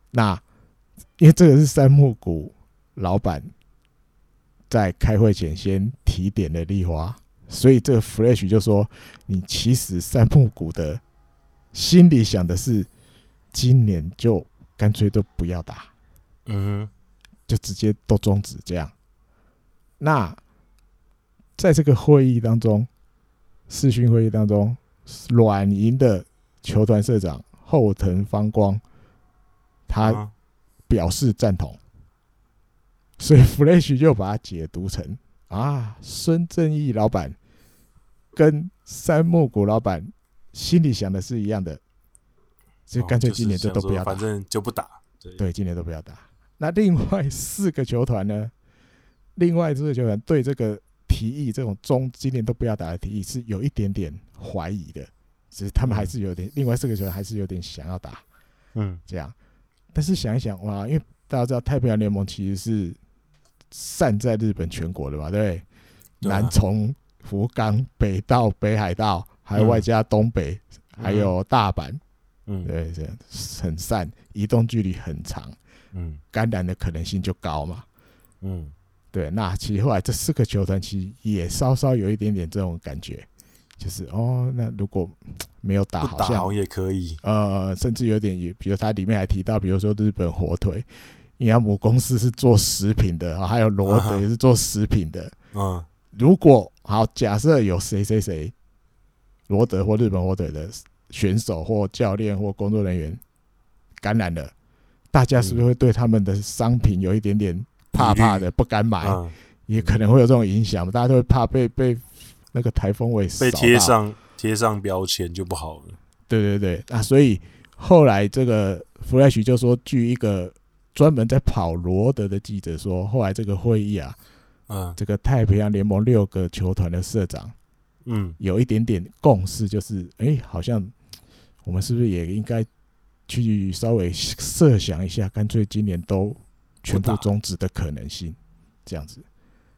A: 那因为这个是山木谷老板在开会前先提点了立花，所以这个 Flash 就说，你其实山木谷的心里想的是，今年就干脆都不要打，就直接都终止这样。那在这个会议当中，视讯会议当中，软银的球团社长后藤芳光，他表示赞同，所以 Flash 就把它解读成孙正义老板跟山木谷老板心里想的是一样的，就干脆今年就都不要打，
B: 反正就不打。
A: 对，今年都不要打。那另外4个球团呢？另外4个球团对这个提议，这种今年都不要打的提议是有一点点怀疑的，只是他们还是有点，另外4个球团还是有点想要打，这样。但是想一想，哇，因为大家知道太平洋联盟其实是散在日本全国的嘛，对不对？南从福冈，北到北海道，还有外加东北，还有大阪，对，这样很散，移动距离很长，感染的可能性就高嘛，对。那其实后来这4个球团其实也稍稍有一点点这种感觉，就是那如果没有打，好像
B: 也可以，
A: 甚至有点，比如他里面还提到，比如说日本火腿，因为他母公司是做食品的，还有罗德也是做食品的，如果好假设有谁罗德或日本火腿的选手或教练或工作人员感染了，大家是不是会对他们的商品有一点点怕的，不敢买，也可能会有这种影响，大家都会怕被那个台风尾
B: 被贴上标签就不好了。
A: 对，所以后来这个 Flash 就说，据一个专门在跑罗德的记者说，后来这个会议这个太平洋联盟6个球团的社长，有一点点共识，就是好像我们是不是也应该去稍微设想一下，干脆今年都全部终止的可能性，这样子。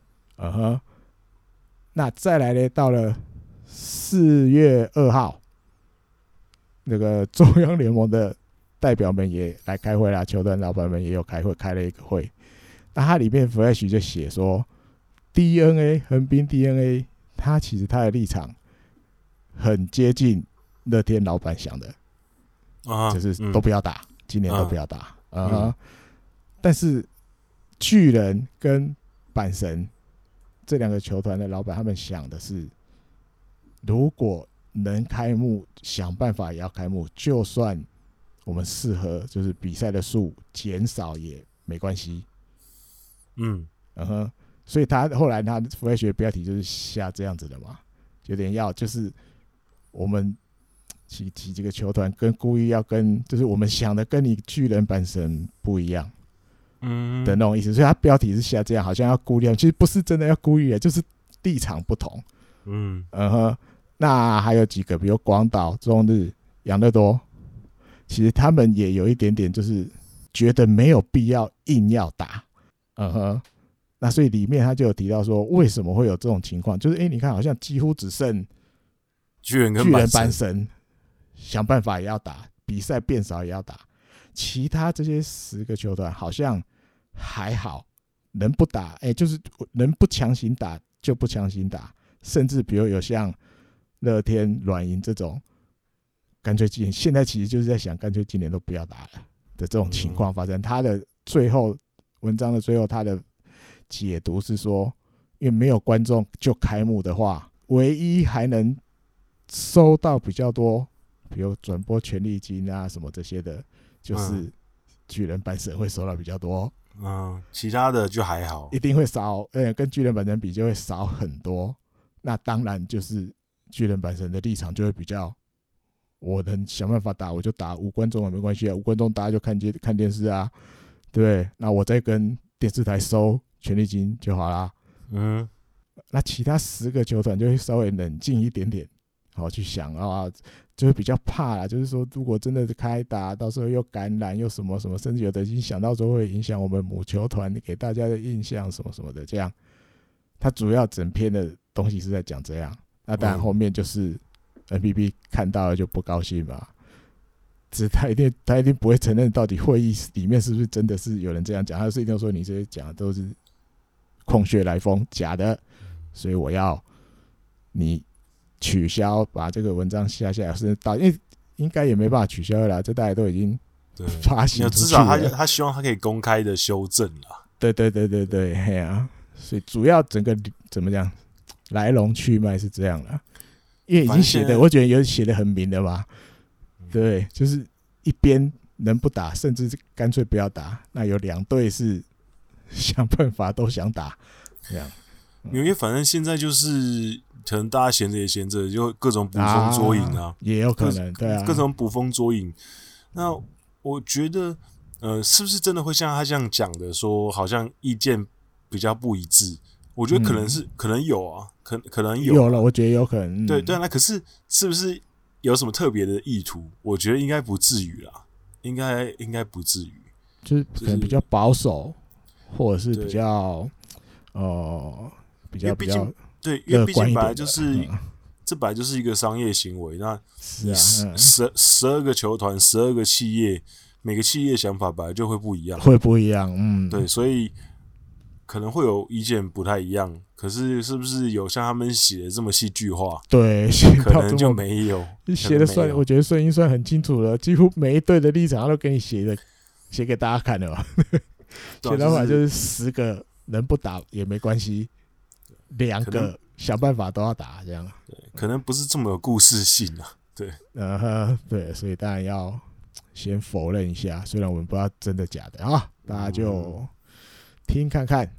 A: 那再来呢，到了4月2号，那个中央联盟的代表们也来开会啦，球团老板们也有开会，开了一个会。那它里面 Flash 就写说 ，DNA 横滨 DNA， 它其实它的立场很接近乐天老板想的，就是都不要打，今年都不要打。但是巨人跟阪神这2个球团的老板，他们想的是，如果能开幕，想办法也要开幕，就算我们适合就是比赛的数减少也没关系。所以他后来他 Flash 的标题就是下这样子的嘛，有点要就是我们几个球团故意要跟，就是我们想的跟你巨人阪神不一样。的那种意思，所以他标题是下这样，好像要孤立，其实不是真的要故意的，就是立场不同。那还有几个，比如广岛、中日、养乐多，其实他们也有一点点，就是觉得没有必要硬要打。那所以里面他就有提到说，为什么会有这种情况？就是你看，好像几乎只剩
B: 巨人跟
A: 阪神想办法也要打，比赛变少也要打，其他这些10个球团好像还好，能不打就是能不强行打就不强行打，甚至比如有像乐天、软银这种，干脆今年现在其实就是在想，干脆今年都不要打了的这种情况发生。他的最后文章的最后，他的解读是说，因为没有观众就开幕的话，唯一还能收到比较多，比如转播权利金啊什么这些的，就是巨人阪神会收到比较多。
B: 其他的就还好，
A: 一定会少，跟巨人阪神比就会少很多。那当然就是巨人阪神的立场就会比较，我能想办法打我就打，无观众也没关系啊，无观众大家就看电视啊，对不对？那我再跟电视台收权利金就好啦。那其他10个球团就会稍微冷静一点点，好去想就会比较怕啦，就是说如果真的是开打，到时候又感染又什么什么，甚至有的已经想到说会影响我们母球团给大家的印象什么什么的，这样。他主要整篇的东西是在讲这样，那当然后面就是 NPB 看到了就不高兴嘛， 他一定不会承认到底会议里面是不是真的是有人这样讲，他是一定说你这些讲的都是空穴来风，假的，所以我要你取消，把这个文章下来，甚至因为应该也没办法取消了，这大家都已经发行出去了。
B: 至少他希望他可以公开的修正啦。
A: 对，嘿啊，所以主要整个怎么讲，来龙去脉是这样啦，因为已经写的，我觉得有写的很明了嘛。对，就是一边能不打，甚至干脆不要打。那有2队是想办法都想打，这样。
B: 因为反正现在就是可能大家闲着也闲着，就各种捕风捉影啊，
A: 也有可能，对啊，
B: 各种捕风捉影。那我觉得，是不是真的会像他这样讲的，说好像意见比较不一致？我觉得可能是，可能有啊，可能有
A: 了，我觉得有可能。
B: 对，那可是是不是有什么特别的意图？我觉得应该不至于啦，应该不至于，
A: 就是可能比较保守，或者是比较比较
B: 对，因为毕竟本来就是。这本来就是一个商业行为，那12个球团、12个企业，每个企业想法本来就会不一样，
A: 对，
B: 所以可能会有意见不太一样。可是是不是有像他们写的这么戏剧化？
A: 对，
B: 可能就没有
A: 写的算，我觉得已经算很清楚了，几乎每一队的立场都给你写给大家看了嘛。写到法就是10个人不打也没关系，2个。想办法都要打，这样
B: 对，可能不是这么有故事性啊。对，
A: 对，所以当然要先否认一下，虽然我们不知道真的假的啊，大家就听看看。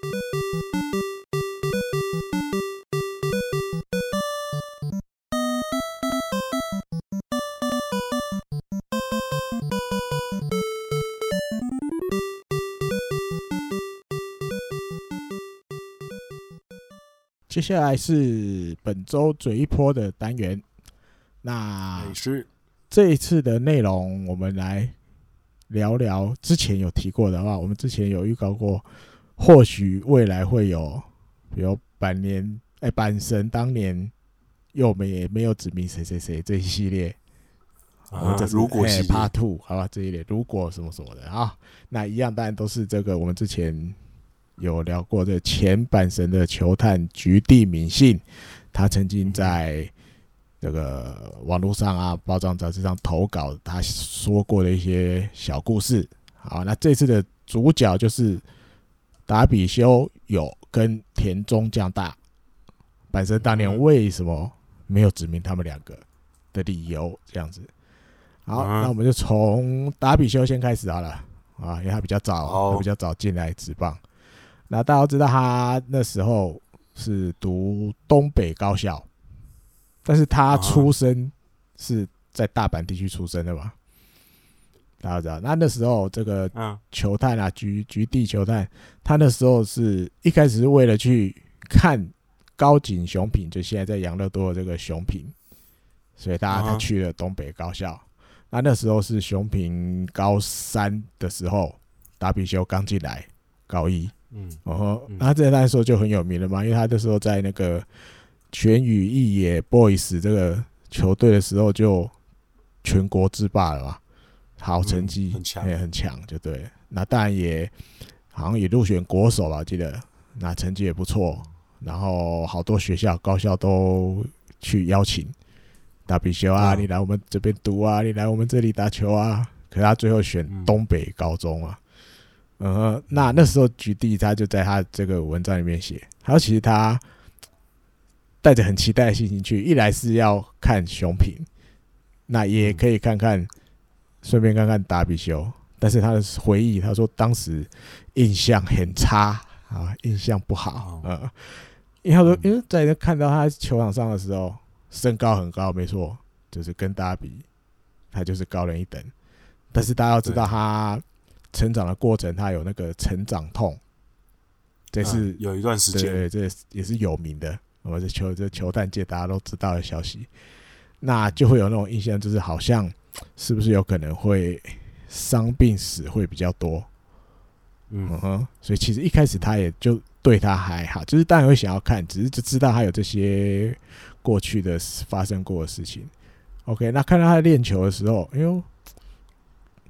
A: 接下来是本周嘴一波的单元，那这一次的内容，我们来聊聊之前有提过的话，我们之前有预告过，或许未来会有，比如阪神当年又没有指明谁这一系列，
B: 如果系列
A: Part 2，好吧，这一类如果什么什么的啊，那一样当然都是这个我们之前。有聊过的前阪神的球探菊地敏信，他曾经在这个网络上啊、报章杂志上投稿，他说过的一些小故事。好，那这次的主角就是达比修有跟田中将大，阪神当年为什么没有指明他们2个的理由，这样子。好，那我们就从达比修先开始好了啊，因为他比较早进来职棒。那大家都知道他那时候是读东北高校，但是他出生是在大阪地区出生的嘛？大家知道，那时候这个球探啊，菊地球探，他那时候是一开始是为了去看高井雄平，就现在在养乐多的这个雄平，所以他去了东北高校。那时候是雄平高3的时候，达比修刚进来高1。他在那时候就很有名了嘛，因为他那时候在那个全羽义野 Boys 这个球队的时候就全国制霸了嘛，好成绩，很强，就对了。那当然也好像也入选国手吧，我记得，那成绩也不错，然后好多学校高校都去邀请达比修啊，你来我们这边读啊，你来我们这里打球啊，可是他最后选东北高中啊。那时候菊地他就在他这个文章里面写，还有其实他带着很期待的心情去，一来是要看雄平，那也可以顺便看看达比修，但是他的回忆，他说当时印象很差啊，印象不好，因为他说，因为在看到他球场上的时候，身高很高，没错，就是跟达比，他就是高人一等，但是大家要知道他。成长的过程，他有那个成长痛，这是
B: 有一段时间，
A: 对，这也是有名的，这球探界大家都知道的消息，那就会有那种印象，就是好像是不是有可能会伤病史会比较多，所以其实一开始他也就对他还好，就是当然会想要看，只是就知道他有这些过去的发生过的事情。OK， 那看到他练球的时候，哎呦，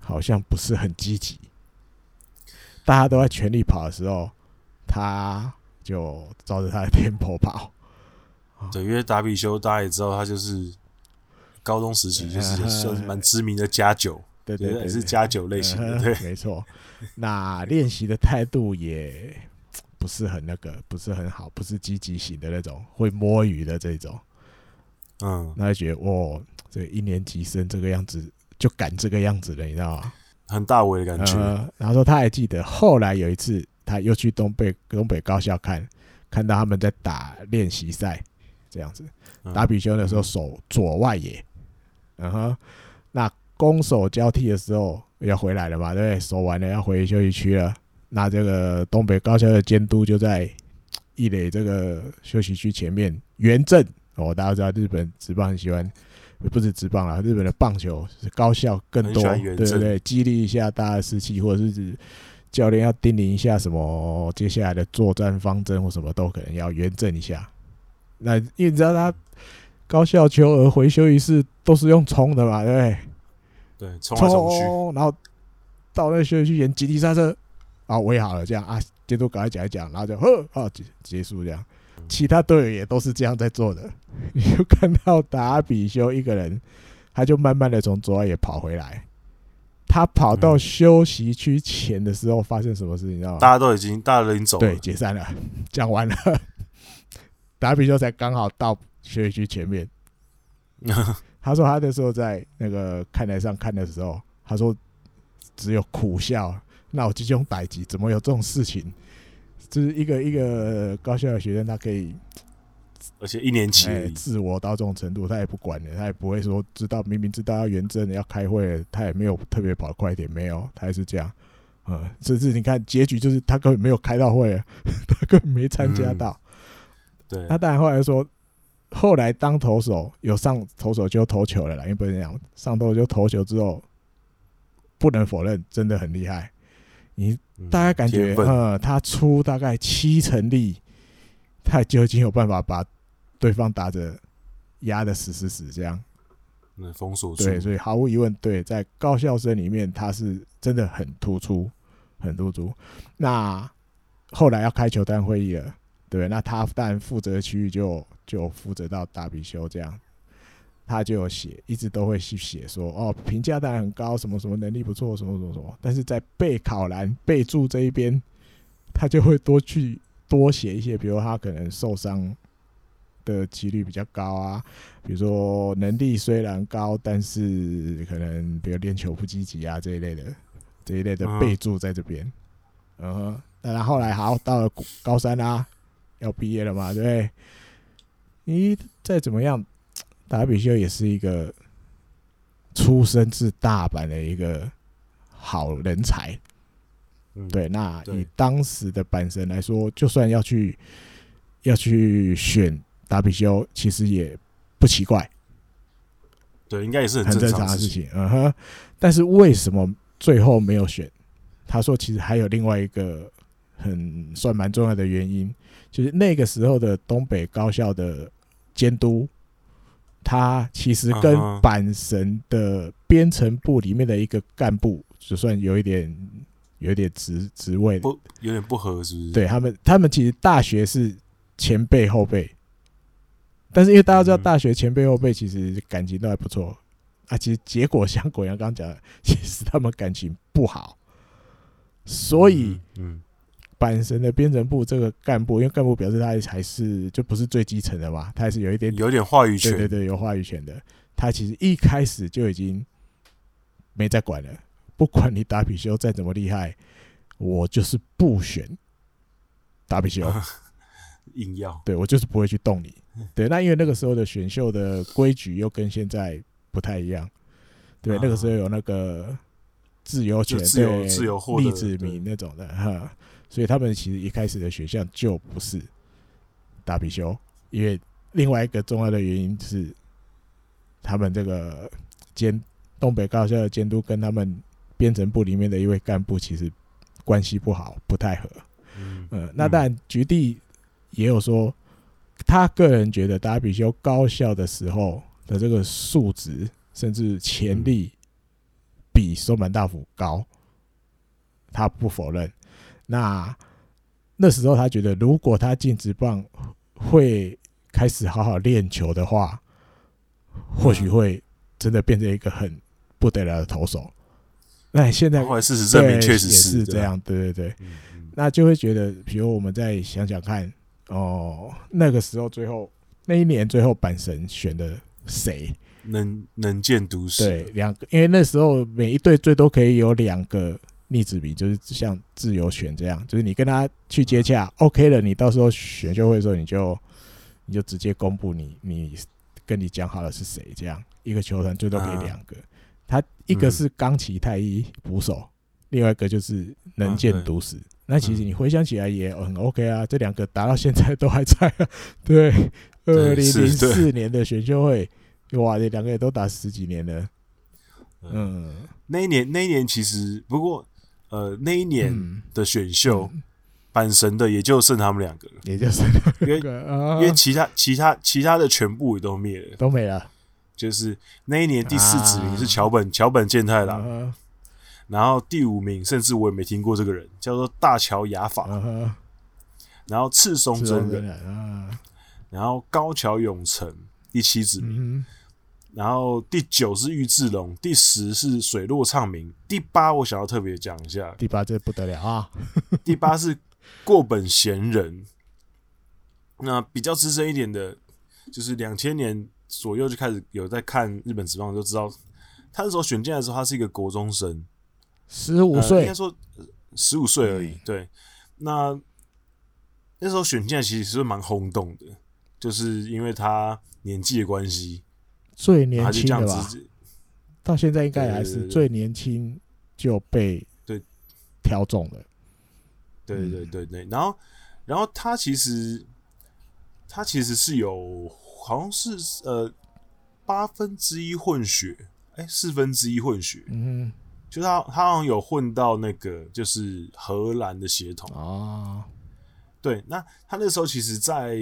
A: 好像不是很积极，大家都在全力跑的时候，他就照着他的 tempo 跑。
B: 对，因为达比修大家也知道，他就是高中时期就是蛮知名的加酒，
A: 对，
B: 也是加酒类型的，对，
A: 没错。那练习的态度也不是很不是很好，不是积极型的那种，会摸鱼的这种。那就觉得哇，这个1年级生这个样子就敢这个样子了，你知道吗？
B: 很大尾的感觉。
A: 然后说他还记得后来有一次，他又去东北高校看到他们在打练习赛，这样子。达比修的时候守左外野，那攻守交替的时候要回来了嘛，对不对？守完了要回休息区了，那这个东北高校的监督就在一垒这个休息区前面圆阵。大家知道日本职棒很喜欢，不是职棒啦，日本的棒球是高校更多，对，激励一下大家的士气，或者是教练要叮咛一下什么接下来的作战方针或什么都可能要圆阵一下。那因为你知道他高校球儿回休息室都是用冲的嘛，对不对？
B: 对，冲来冲去，
A: 然后到那休息区前集体刹车，围好了这样啊，监督赶快讲一讲，然后就结束这样。其他队友也都是这样在做的，你就看到达比修一个人，他就慢慢的从左外野跑回来。他跑到休息区前的时候，发生什么事你知道吗？
B: 大家都已经走了，对，
A: 解散了，讲完了，达比修才刚好到休息区前面。他说他那时候在那个看台上看的时候，他说只有苦笑，那我这种代志怎么有这种事情？就是一个高校的学生，他可以，
B: 而且1年级
A: 自我到这种程度，他也不管了，他也不会说明明知道要圆阵要开会了，他也没有特别跑快一点，没有，他也是这样，甚至你看结局就是他根本没有开到会，他根本没参加到。
B: 对，
A: 他当然后来说，后来当投手有上投手就投球了啦，因为不能讲上投手就投球之后，不能否认真的很厉害。你大概感觉，他出大概70%力，他就已经有办法把对方打着压得死这样，
B: 封锁住。
A: 对，所以毫无疑问，对，在高校生里面他是真的很突出。那后来要开球单会议了，对，那他当然负责的区域就负责到达比修这样。他就有写，一直都会去写说，评价当然很高，什么什么能力不错，什么，但是在备考栏备注这一边，他就会多写一些，比如他可能受伤的几率比较高啊，比如说能力虽然高，但是可能比如练球不积极啊这一类的备注在这边。当然后来好到了高三啦，要毕业了嘛，对不对？你再怎么样。达比修也是一个出生自大阪的一个好人才，对。那以当时的阪神来说，就算要去选达比修，其实也不奇怪，
B: 对，应该也是
A: 很正常
B: 的
A: 事情。但是为什么最后没有选？他说，其实还有另外一个算蛮重要的原因，就是那个时候的东北高校的监督。他其实跟阪神的编程部里面的一个干部，就算有一点职位，
B: 有点不合，是不是？
A: 对，他们其实大学是前辈后辈，但是因为大家知道大学前辈后辈其实感情都还不错啊，其实结果像果阳刚刚讲的，其实他们感情不好，所以阪神的编程部这个干部，因为干部表示他还是就不是最基层的嘛，他还是有点
B: 话语权，
A: 对，有话语权的。他其实一开始就已经没在管了，不管你达比修再怎么厉害，我就是不选达比修，
B: 硬要，
A: 对，我就是不会去动你。对，那因为那个时候的选秀的规矩又跟现在不太一样，对，那个时候有那个自由权，
B: 自由获得
A: 立志民那种的所以他们其实一开始的选项就不是达比修，因为另外一个重要的原因是，他们这个东北高校的监督跟他们编程部里面的一位干部其实关系不好，不太合。那当然菊地也有说，他个人觉得达比修高校的时候的这个素质甚至潜力比松坂大辅高，他不否认。那时候他觉得，如果他进职棒会开始好好练球的话，或许会真的变成一个很不得了的投手。那现在
B: 后来事实证明确实
A: 也是这样，对对对。那就会觉得，比如我们再想想看，那个时候那一年最后阪神选的谁？
B: 能见毒死。
A: 对，两个，因为那时候每一队最多可以有2个逆子比，就是像自由选这样，就是你跟他去接洽 ，OK 了，你到时候选秀会的时候，你就直接公布你跟你讲好了是谁，这样一个球团最多给2个，他一个是冈崎太一捕手，另外一个就是能见毒死。那其实你回想起来也很 OK 啊，这2个打到现在都还在啊。对，2004年的选秀会，哇，这2个也都打10几年了。
B: 那一年其实不过那一年的选秀，阪神的也就剩他们2个了，
A: 也就剩他们2个，
B: 因为其他的全部也都灭了，
A: 都没了。
B: 就是那一年第4指名是桥本健太郎。然后第5名，甚至我也没听过这个人，叫做大桥雅法。然后赤松真人，然后高桥永成第7指名，然后第9是玉志龙，第10是水落畅明，第8我想要特别讲一下，
A: 第8这不得了啊！
B: 第8是过本贤人。那比较资深一点的，就是2000年左右就开始有在看日本职棒，就知道他那时候选进来的时候，他是一个国中生。
A: 15岁，
B: 应该说15岁而已。对，那时候选进来其实是蛮轰动的，就是因为他年纪的关系，
A: 最年轻的吧，到现在应该还是最年轻就被挑中了。
B: 对，然后他其实是有好像是1/8混血，1/4混血，就他好像有混到那个就是荷兰的血统
A: 哦。
B: 对，那他那时候其实在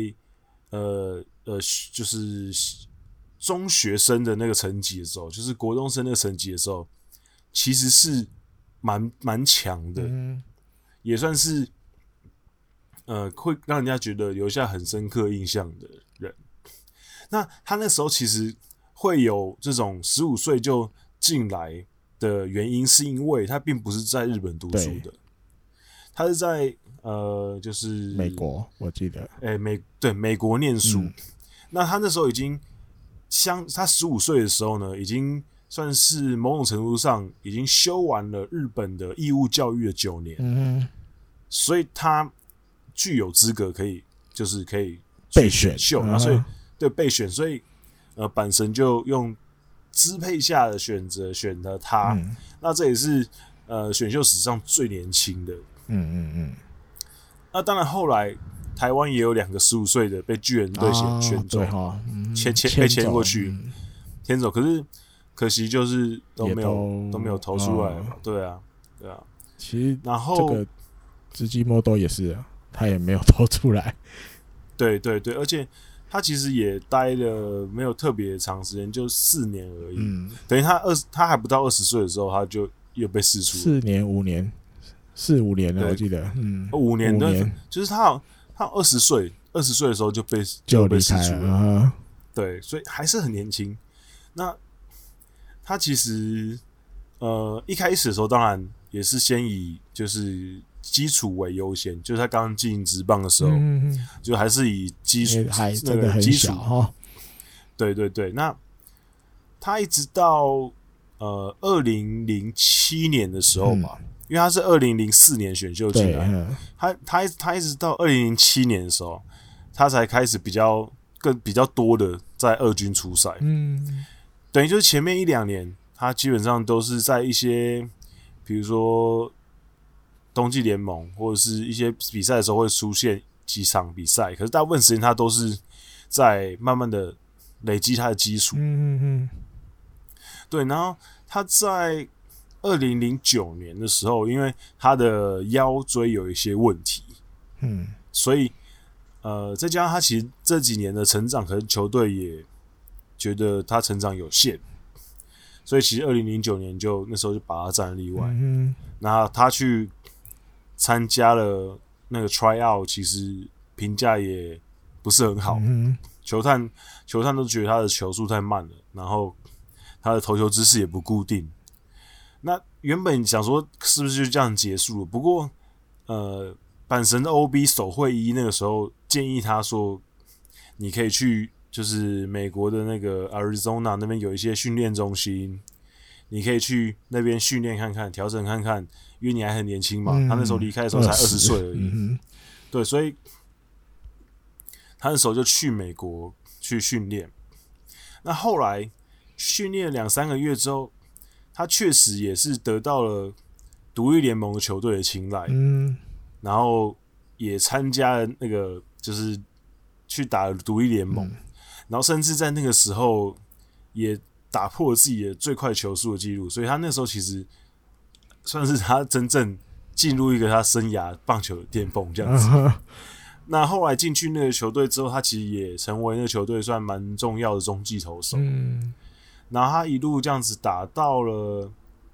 B: 就是中学生的那个成绩的时候，就是国中生那个成绩的时候，其实是蛮强的，也算是会让人家觉得留下很深刻印象的人。那他那时候其实会有这种15岁就进来的原因，是因为他并不是在日本读书的，他是在就是
A: 美国，我记得，
B: 美国念书。那他那时候已经他15岁的时候呢，已经算是某种程度上已经修完了日本的义务教育的9年，所以他具有资格可以
A: 被选
B: 秀，然后所以对被选，所以阪神就用支配下的选择选了他，那这也是选秀史上最年轻的。那当然后来台湾也有2个15岁的被巨人队选走，被签过去，签走，可惜就是都没有投出来嘛。对啊。
A: 其实
B: 然后
A: 这个直击摩多也是啊，他也没有投出来。
B: 对，而且他其实也待了没有特别长时间，就4年而已。等于他还不到20岁的时候，他就又被释出了。4、5年了，我记得。 5年就是他20岁的时候就被释出了。对，所以还是很年轻。那他其实一开始的时候，当然也是先以就是基础为优先，就是他刚进职棒的时候，就还是以基础
A: 还真的很小哈。
B: 对，那他一直到2007年的时候吧，因为他是2004年选秀进来，他一直到2007年的时候，他才开始比较多的在二军出赛。等于就是前面1-2年，他基本上都是在一些比如说冬季联盟或者是一些比赛的时候会出现几场比赛，可是大部分时间他都是在慢慢的累积他的基础。对，然后他在2009年的时候，因为他的腰椎有一些问题，所以再加上他其实这几年的成长，可能球队也觉得他成长有限， 所以其实2009年就那时候就把他占了例外。然后他去参加了那个 tryout， 其实评价也不是很好。球探都觉得他的球速太慢了，然后他的投球姿势也不固定。那原本想说是不是就这样结束了？不过阪神的 OB 手绘一那个时候建议他说，你可以去就是美国的那个 Arizona 那边有一些训练中心，你可以去那边训练看看，调整看看，因为你还很年轻嘛。他那时候离开的时候才20岁而已。对，所以他那时候就去美国去训练。那后来训练了2-3个月之后，他确实也是得到了独立联盟的球队的青睐。然后也参加了那个就是去打了独立联盟，然后甚至在那个时候也打破了自己的最快球速的记录，所以他那时候其实算是他真正进入一个他生涯棒球的巅峰这样子。那后来进去那个球队之后，他其实也成为那个球队算蛮重要的中继投手。然后他一路这样子打到了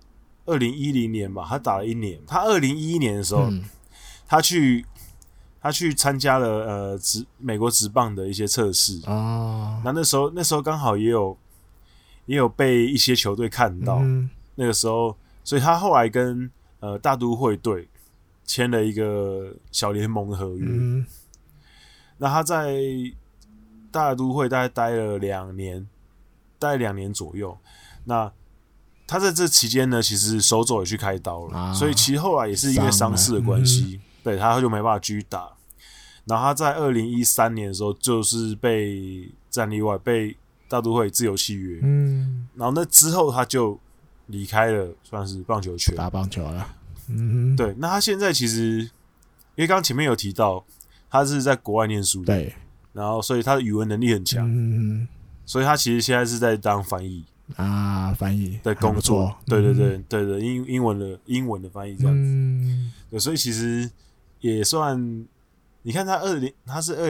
B: 2010年吧，他打了1年。他2011年的时候，他去参加了美国职棒的一些测试。那时候刚好也有被一些球队看到。那个时候，所以他后来跟大都会队签了一个小联盟的合约。那他在大都会大概待了2年左右。那他在这期间呢，其实手肘也去开刀了，所以其实后来也是因为伤势的关系，对，他就没办法继续打。然后他在2013年的时候，就是被战例外，被大都会自由契约。然后那之后他就离开了，算是棒球圈，
A: 打棒球了。
B: 对，那他现在其实，因为刚刚前面有提到，他是在国外念书的，
A: 对，
B: 然后所以他的语文能力很强。所以他其实现在是在当翻译
A: 翻译
B: 的工作。对，英文的翻译这样子。对，所以其实也算，你看他是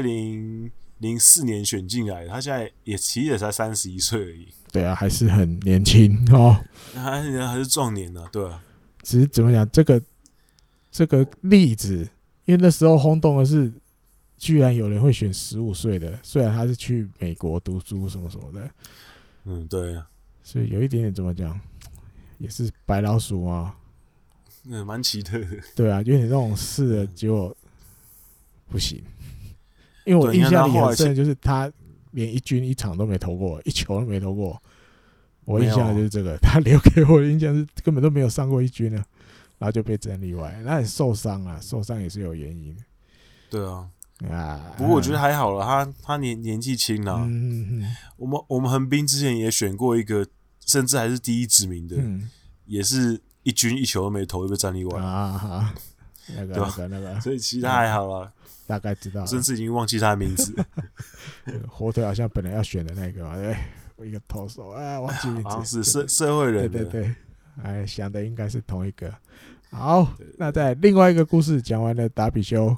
B: 2004年选进来的，他现在其实也才31岁而已。
A: 对啊，还是很年轻
B: 还是壮年啊，对啊。
A: 只是怎么讲，这个例子，因为那时候轰动的是，居然有人会选15岁的，虽然他是去美国读书什么什么的。
B: 对啊。
A: 所以有一点点怎么讲，也是白老鼠啊。
B: 蛮奇特的。
A: 对啊，有点那种事了，结果不行。因为我印象里很深，就是他连1军1场都没投过，1球都没投过。我印象就是这个，他留给我的印象是根本都没有上过1军呢，然后就被占例外。那很受伤啊，受伤也是有原因。
B: 对啊。不过我觉得还好了，他年纪轻啦。我们横滨之前也选过一个，甚至还是第1指名的，也是1军1球都没投就被占例外。那个，所以其他还好啦，
A: 大概知道了，
B: 甚至已经忘记他的名字。
A: 火腿好像本来要选的那个嘛，对，一个投手忘记名字，
B: 好像是社会人的。
A: 对，想的应该是同一个。好，那在另外一个故事讲完了达比修。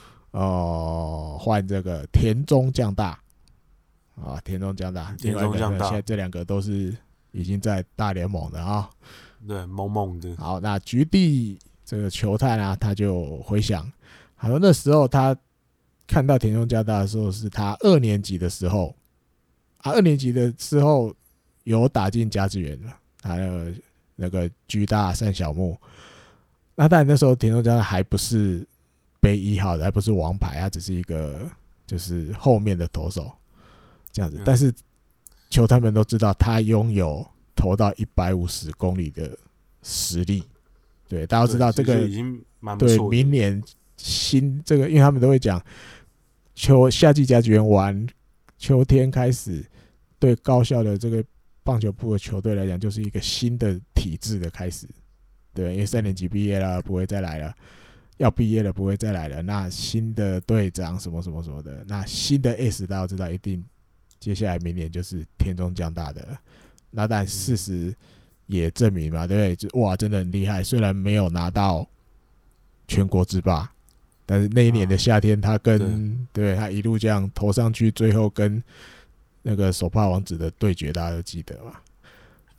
A: 换这个田中将大田中将大，现在这2个都是已经在大联盟的啊。
B: 对，猛猛的。
A: 好，那菊地这个球探啊，他就回想，他说那时候他看到田中将大的时候，是他2年级的时候2年级的时候有打进甲子园了，他那个居大三小木。那但那时候田中将大还不是背1号的，还不是王牌，他只是一个就是后面的投手这样子。但是球探们都知道他拥有投到150公里的实力。对，大家都知道这个
B: 已经蛮不错的。
A: 对，明年这个，因为他们都会讲夏季甲子园完，秋天开始，对高校的这个棒球部的球队来讲，就是一个新的体制的开始。对，因为3年级毕业了，不会再来了。要毕业了，不会再来了。那新的队长什么什么什么的，那新的 S 大家知道，一定接下来明年就是田中将大的了。那但事实也证明嘛，对不对？哇，真的很厉害。虽然没有拿到全国之霸，但是那一年的夏天，他对他一路这样投上去，最后跟那个手帕王子的对决，大家都记得嘛？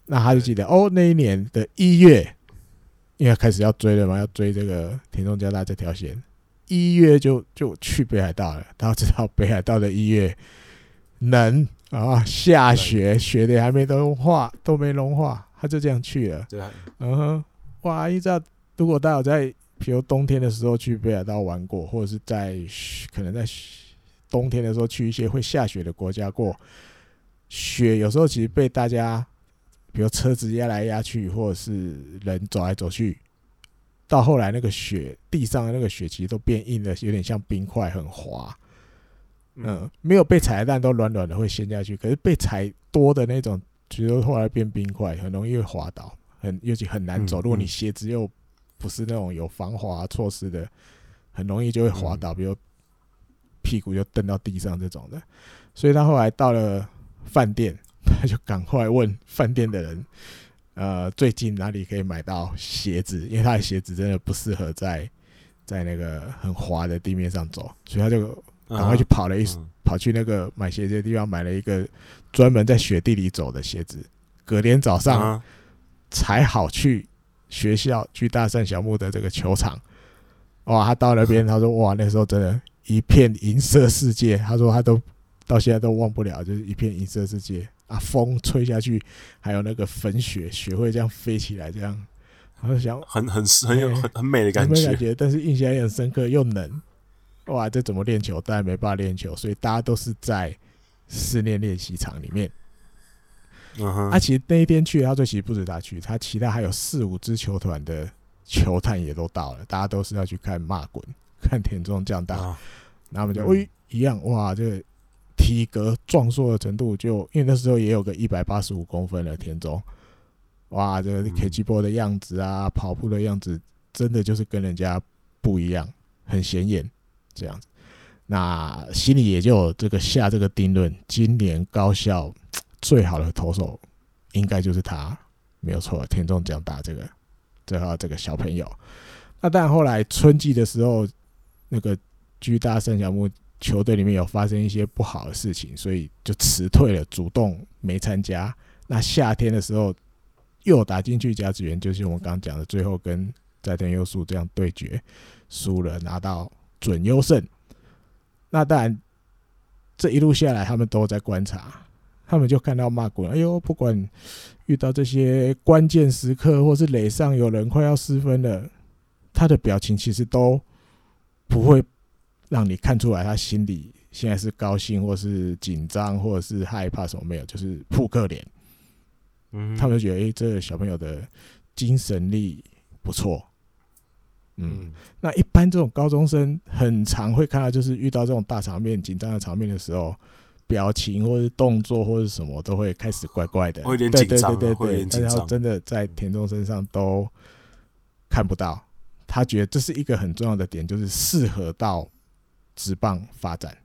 A: 那他就记得那一年的1月，因为开始要追了嘛，要追这个田中交大这条线，1月就去北海道了。大家知道北海道的1月冷啊，下雪，雪的还没都没融化，他就这样去了。
B: 对啊，
A: 哇！你知道，如果大家有在比如冬天的时候去北海道玩过，或者是可能在冬天的时候去一些会下雪的国家过，雪有时候其实被大家比如车子压来压去，或者是人走来走去，到后来那个雪地上的那个雪其实都变硬了，有点像冰块，很滑。没有被踩的蛋都软软的会陷下去，可是被踩多的那种，其实后来变冰块，很容易会滑倒，尤其很难走。如果你鞋子又不是那种有防滑措施的，很容易就会滑倒，比如屁股就蹬到地上这种的。所以他后来到了饭店，他就赶快问饭店的人，最近哪里可以买到鞋子？因为他的鞋子真的不适合在那个很滑的地面上走，所以他就赶快去跑去那个买鞋子的地方，买了一个专门在雪地里走的鞋子。隔天早上才好去学校，去大善小木的这个球场。哇，他到那边，他说哇，那时候真的一片银色世界。他说他都到现在都忘不了，就是一片银色世界啊，风吹下去，还有那个粉雪，雪会这样飞起来，这样。然后想
B: 很美的感觉，
A: 但是印象也很深刻，又冷。哇，这怎么练球？当然没办法练球，所以大家都是在室内练习场里面。其实那一天去，他其实不止他去，他其他还有4-5支球团的球探也都到了，大家都是要去看骂滚，看田中将大。然后我们就一样，哇，这个体格壮硕的程度就，因为那时候也有个185公分的田中，哇，这个 K-G 的样子啊，跑步的样子，真的就是跟人家不一样，很显眼。这样子，那心里也就有下这个定论，今年高校最好的投手应该就是他，没有错，田中将大这个小朋友。那当然后来春季的时候，那个巨大圣小木球队里面有发生一些不好的事情，所以就辞退了，主动没参加。那夏天的时候又打进去甲子园，就是我们刚刚讲的，最后跟斋藤优树这样对决，输了，拿到准优胜。那当然这一路下来他们都在观察，他们就看到骂滚，哎呦，不管遇到这些关键时刻或是垒上有人快要失分了，他的表情其实都不会让你看出来他心里现在是高兴或是紧张或者是害怕什么，没有，就是扑克脸。他们就觉得这个小朋友的精神力不错。那一般这种高中生很常会看到，就是遇到这种大场面、紧张的场面的时候，表情或是动作或是什么都会开始怪怪的，
B: 会有点紧张，
A: 对，但是他真的在田中身上都看不到。他觉得这是一个很重要的点，就是适合到职棒发展。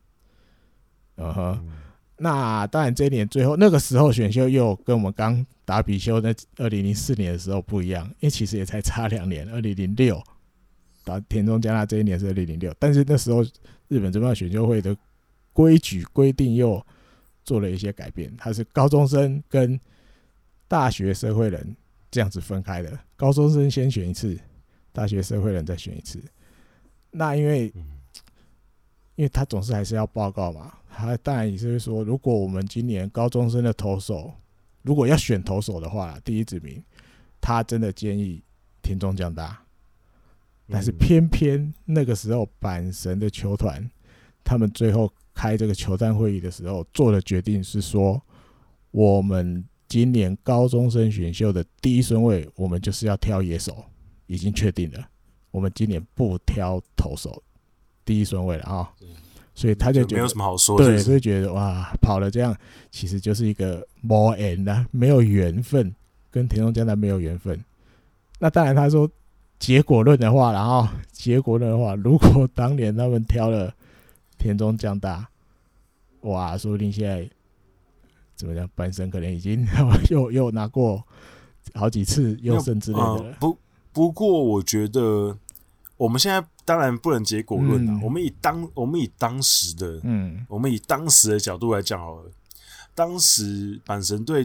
A: 那当然这一年最后那个时候选秀又跟我们刚打比修那2004年的时候不一样，因为其实也才差2年，2006。田中将大这一年是2006，但是那时候日本职棒选秀会的规矩规定又做了一些改变，它是高中生跟大学社会人这样子分开的，高中生先选一次，大学社会人再选一次。那因为他总是还是要报告嘛，他当然也是会说，如果我们今年高中生的投手如果要选投手的话，第一指名他真的建议田中将大。但是偏偏那个时候阪神的球团他们最后开这个球探会议的时候做的决定是说，我们今年高中生选秀的第1顺位我们就是要挑野手，已经确定了，我们今年不挑投手第1顺位了啊。所以他就觉得
B: 没有什么好说的，
A: 对，所以觉得哇，跑了这样其实就是一个无缘啊，没有缘分，跟田中将大没有缘分。那当然他说结果论的话，如果当年他们挑了田中将大，哇，说不定现在怎么样，阪神可能已经又拿过好几次优胜之类的了。
B: 不过我觉得我们现在当然不能结果论啦，我们以当时的角度来讲好了。当时阪神队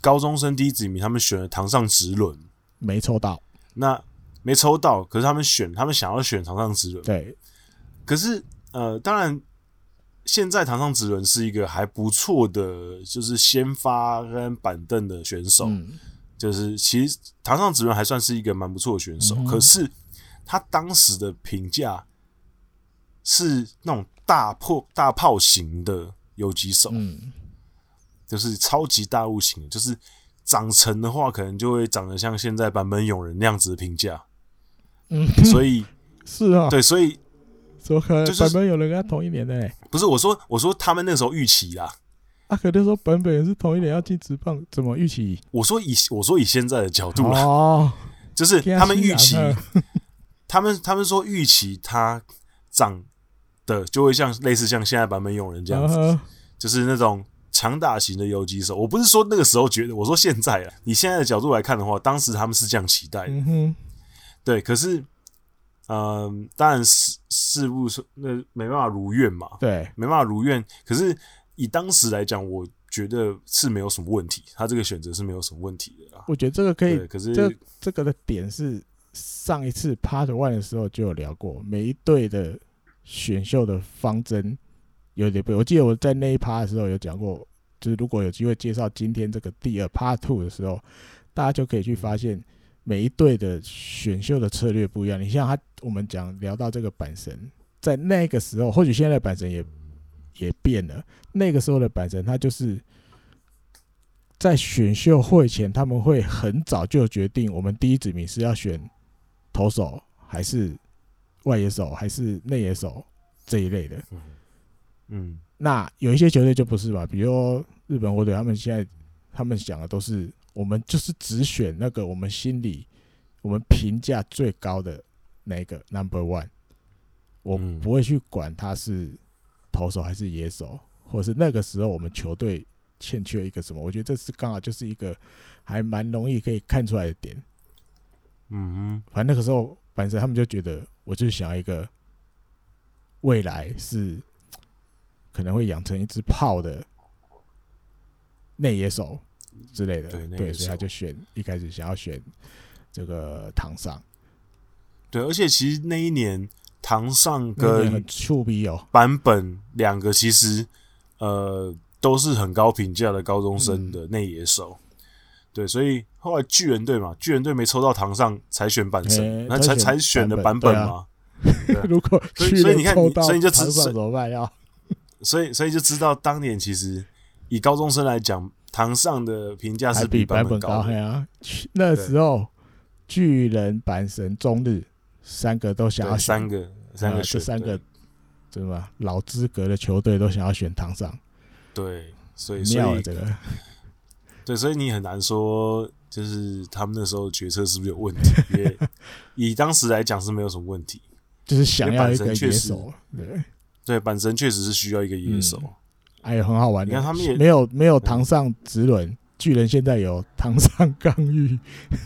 B: 高中生第一指名，他们选了堂上直轮，
A: 没抽到，
B: 那没抽到，可是他们想要选堂上直轮，
A: 对，
B: 可是当然。现在堂上直轮是一个还不错的，就是先发跟板凳的选手，就是其实堂上直轮还算是一个蛮不错的选手，可是他当时的评价是那种大炮型的游击手，就是超级大物型的，就是长成的话，可能就会长得像现在坂本勇人那样子的评价，所以
A: 是啊，
B: 对，所以。
A: 说版本有人跟他同一年的
B: 不是我说他们那时候预期啦，
A: 可能说版本也是同一年要进职棒，怎么预期？
B: 我说以现在的角度啦，就是他们预期，他们说预期他长的就会类似像现在版本勇人这样子，就是那种强打型的游击手。我不是说那个时候觉得，我说现在啊，以现在的角度来看的话，当时他们是这样期待的，对，可是。当然事务那没办法如愿嘛，
A: 对，
B: 没办法如愿。可是以当时来讲，我觉得是没有什么问题，他这个选择是没有什么问题的啦。
A: 我觉得这个可以，
B: 可是
A: 这个的点是上一次 Part 1的时候就有聊过，每一队的选秀的方针有点不一样。我记得我在那一 Part 的时候有讲过，就是如果有机会介绍今天这个第二 Part 2的时候，大家就可以去发现。每一队的选秀的策略不一样，你像我们聊到这个阪神，在那个时候，或许现在的阪神也变了。那个时候的阪神，他就是在选秀会前，他们会很早就决定，我们第一指名是要选投手，还是外野手，还是内野手这一类的。那有一些球队就不是吧，比如说日本火腿，他们现在他们想的都是。我们就是只选那个我们心里我们评价最高的那个 No.1， 我不会去管他是投手还是野手，或者是那个时候我们球队欠缺一个什么，我觉得这是刚好就是一个还蛮容易可以看出来的点。反正那个时候阪神他们就觉得，我就是想要一个未来是可能会养成一支炮的内野手。之类的，对，所以他就一开始想要选这个堂上，
B: 对，而且其实那一年堂上跟坂本两个其实都是很高评价的高中生的内野手，对，所以后来巨人队没抽到堂上才选阪神，那才选了坂本嘛。
A: 如果
B: 所以你看，所以就
A: 堂上怎么办呀？
B: 所以就知道当年其实以高中生来讲。堂上的评价是比坂本高的，
A: 那时候巨人、阪神、中日三个都想要选这三个怎么老资格的球队都想要选堂上，
B: 对，所以
A: 妙了这个，
B: 对，所以你很难说，就是他们那时候决策是不是有问题？也以当时来讲是没有什么问题，
A: 就是想要一个野手，
B: 对，阪神确实是需要一个野手。
A: 也很好玩的。
B: 你看他们也
A: 没有堂上直轮，巨人现在有堂上刚玉，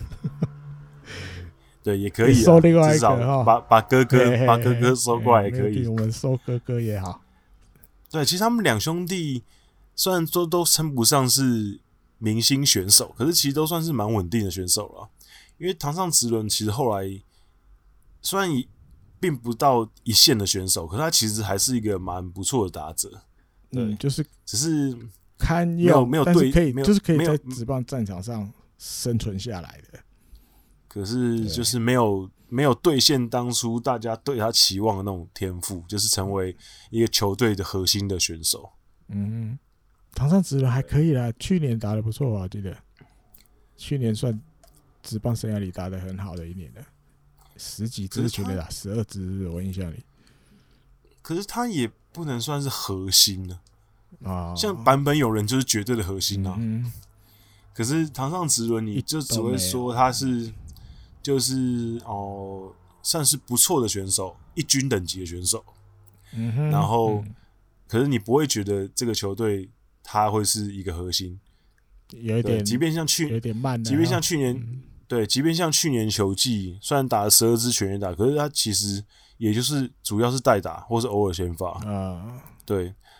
B: 对，也可以
A: 收另外一个
B: 把哥哥收过来也可以。
A: 我们收哥哥也好。
B: 对，其实他们两兄弟虽然说都称不上是明星选手，可是其实都算是蛮稳定的选手了。因为堂上直轮其实后来虽然并不到一线的选手，可是他其实还是一个蛮不错的打者。
A: 就是
B: 只是
A: 堪用，
B: 没有对，
A: 就是可以在职棒战场上生存下来的。
B: 可是就是没有兑现当初大家对他期望的那种天赋，就是成为一个球队的核心的选手。
A: 堂上直轮还可以啦，去年打得不错吧？我记得去年算职棒生涯里打得很好的一年了，10几支全垒打，12支我印象里。
B: 可是他也不能算是核心呢，像坂本勇人就是绝对的核心啊。可是堂上直轮你就只会说他是就是算是不错的选手，一军等级的选手。然后可是你不会觉得这个球队他会是一个核心，
A: 有一点，
B: 即便像
A: 有点慢，
B: 即便像去年，对，即便像去年球季虽然打了12支全垒打，可是他其实也就是主要是代打或是偶尔先发。对，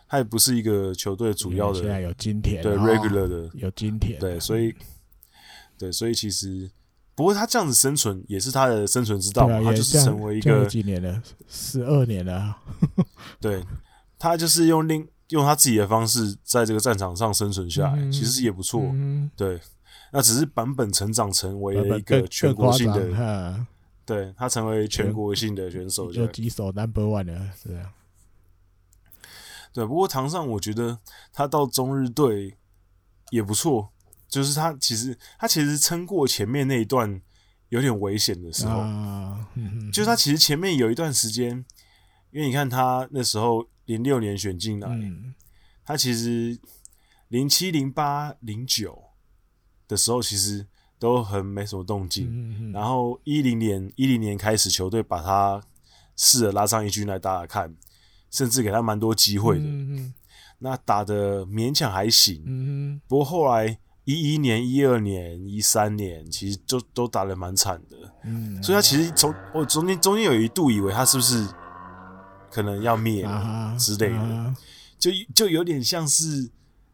B: 他也不是一个球队主要的，
A: 现在有金田，
B: 对 regular 的
A: 有金田，
B: 对，所以其实。不过他这样子生存也是他的生存之道嘛，他就是成为一个
A: 几年了，12年了。
B: 对，他就是用他自己的方式在这个战场上生存下来，其实也不错。对，那只是版本成长成为了一个全国性的，对他成为全国性的选手，
A: 有几手 No.1 了，这样。
B: 对，不过堂上我觉得他到中日队也不错。就是他其实撑过前面那一段有点危险的时候，就是他其实前面有一段时间，因为你看他那时候06年选进来，他其实07、08、09的时候其实都很没什么动静，然后10年开始球队把他试着拉上一军来打打看，甚至给他蛮多机会的，那打得勉强还行，不过后来。11年、12年、13年，其实就都打得蛮惨的，所以他其实我中间有一度以为他是不是可能要灭了之类的，就有点像是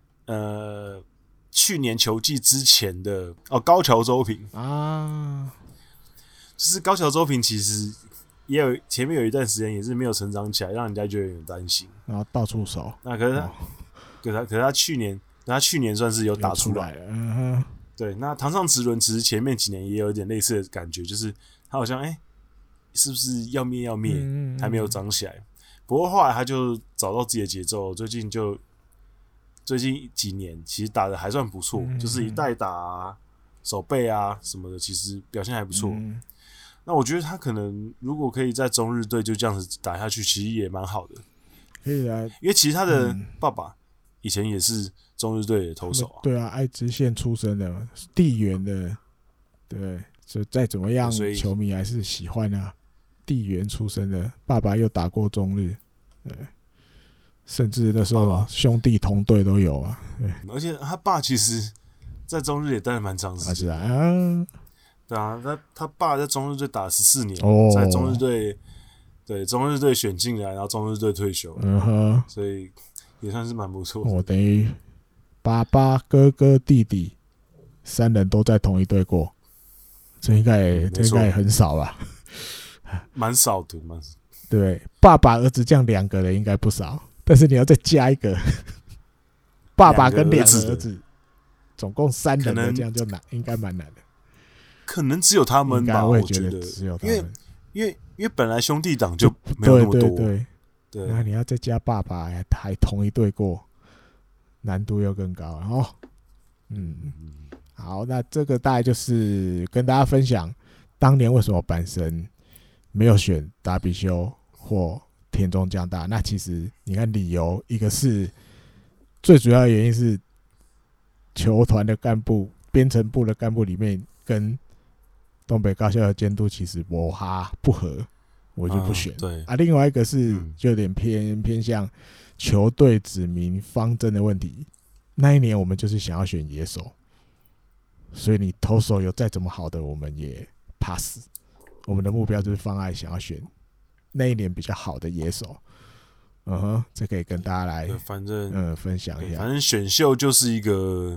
B: 去年球季之前的高桥周平就是高桥周平其实也有前面有一段时间也是没有成长起来，让人家觉得有点担心，
A: 然后到处守。
B: 那可是他去年算是有打出来
A: 了，
B: 对。那堂上直伦其实前面几年也有一点类似的感觉，就是他好像是不是要灭，还没有长起来。不过后来他就找到自己的节奏，最近几年其实打得还算不错，就是以代打守备啊什么的，其实表现还不错。那我觉得他可能如果可以在中日队就这样子打下去，其实也蛮好的。
A: 可以啊，
B: 因为其实他的爸爸以前也是中日队的投手
A: 对啊，爱知县出身的，地缘的，对，就再怎么样，球迷还是喜欢啊。地缘出身的，爸爸又打过中日，对，甚至那时候兄弟同队都有啊。对，
B: 而且他爸其实，在中日也待了蛮长时间。对啊，他爸在中日队打了14年，在中日队，对中日队选进来，然后中日队退休，所以也算是蛮不错的。
A: 等于爸爸、哥哥、弟弟3人都在同一队过，这应该也很少吧？
B: 蛮少的，
A: 对，爸爸儿子这样2个人应该不少，但是你要再加一个爸爸跟2个儿子，总共3人的这样就难，应该蛮难的。
B: 可能只有他们吧，
A: 我
B: 觉得
A: 只有他们，
B: 因为本来兄弟党就没有那么多，
A: 对，那你要再加爸爸还同一队过，难度又更高。然后，好，那这个大概就是跟大家分享当年为什么阪神没有选达比修或田中将大。那其实你看理由，一个是最主要的原因是球团的干部、编程部的干部里面跟东北高校的监督其实不合，我就不选。
B: 对
A: 啊，另外一个是就有点偏向球队指明方针的问题。那一年我们就是想要选野手，所以你投手有再怎么好的，我们也 pass。我们的目标就是放在想要选那一年比较好的野手。这可以跟大家来分享一下。
B: 反正选秀就是一个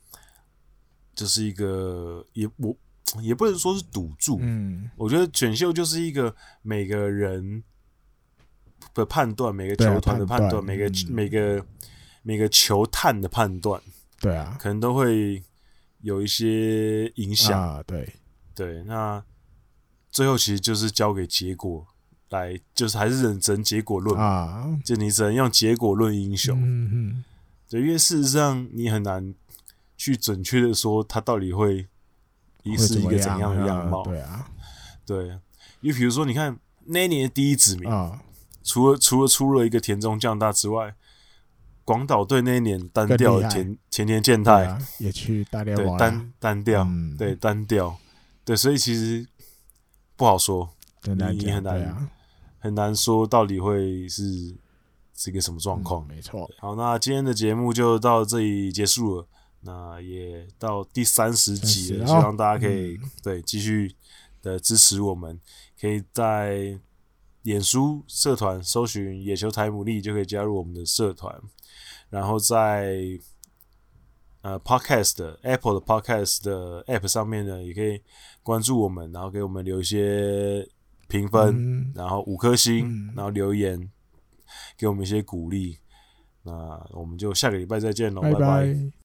B: 也不能说是赌注，我觉得选秀就是一个每个人的判断，每个球团的判断，每个球探的判断，
A: 对啊，
B: 可能都会有一些影响对，那最后其实就是交给结果来，就是还是只能结果论嘛，就你只能用结果论英雄，对，因为事实上你很难去准确的说他到底会是一个怎样的样貌，对，因为比如说你看那一年的第一指名，除了出了一个田中将大之外，广岛队那一年单调前田健太
A: 也去大联盟
B: 单调，对单调，对，所以其实不好说，你很难说到底会是一个什么状况，
A: 没错。
B: 好，那今天的节目就到这里结束了。那也到第30集了，希望大家可以继续的支持我们，可以在脸书社团搜寻野球台牡蛎就可以加入我们的社团，然后在Podcast 的 Apple 的 Podcast 的 App 上面呢，也可以关注我们，然后给我们留一些评分，然后5颗星，然后留言给我们一些鼓励。那我们就下个礼拜再见喽，拜拜。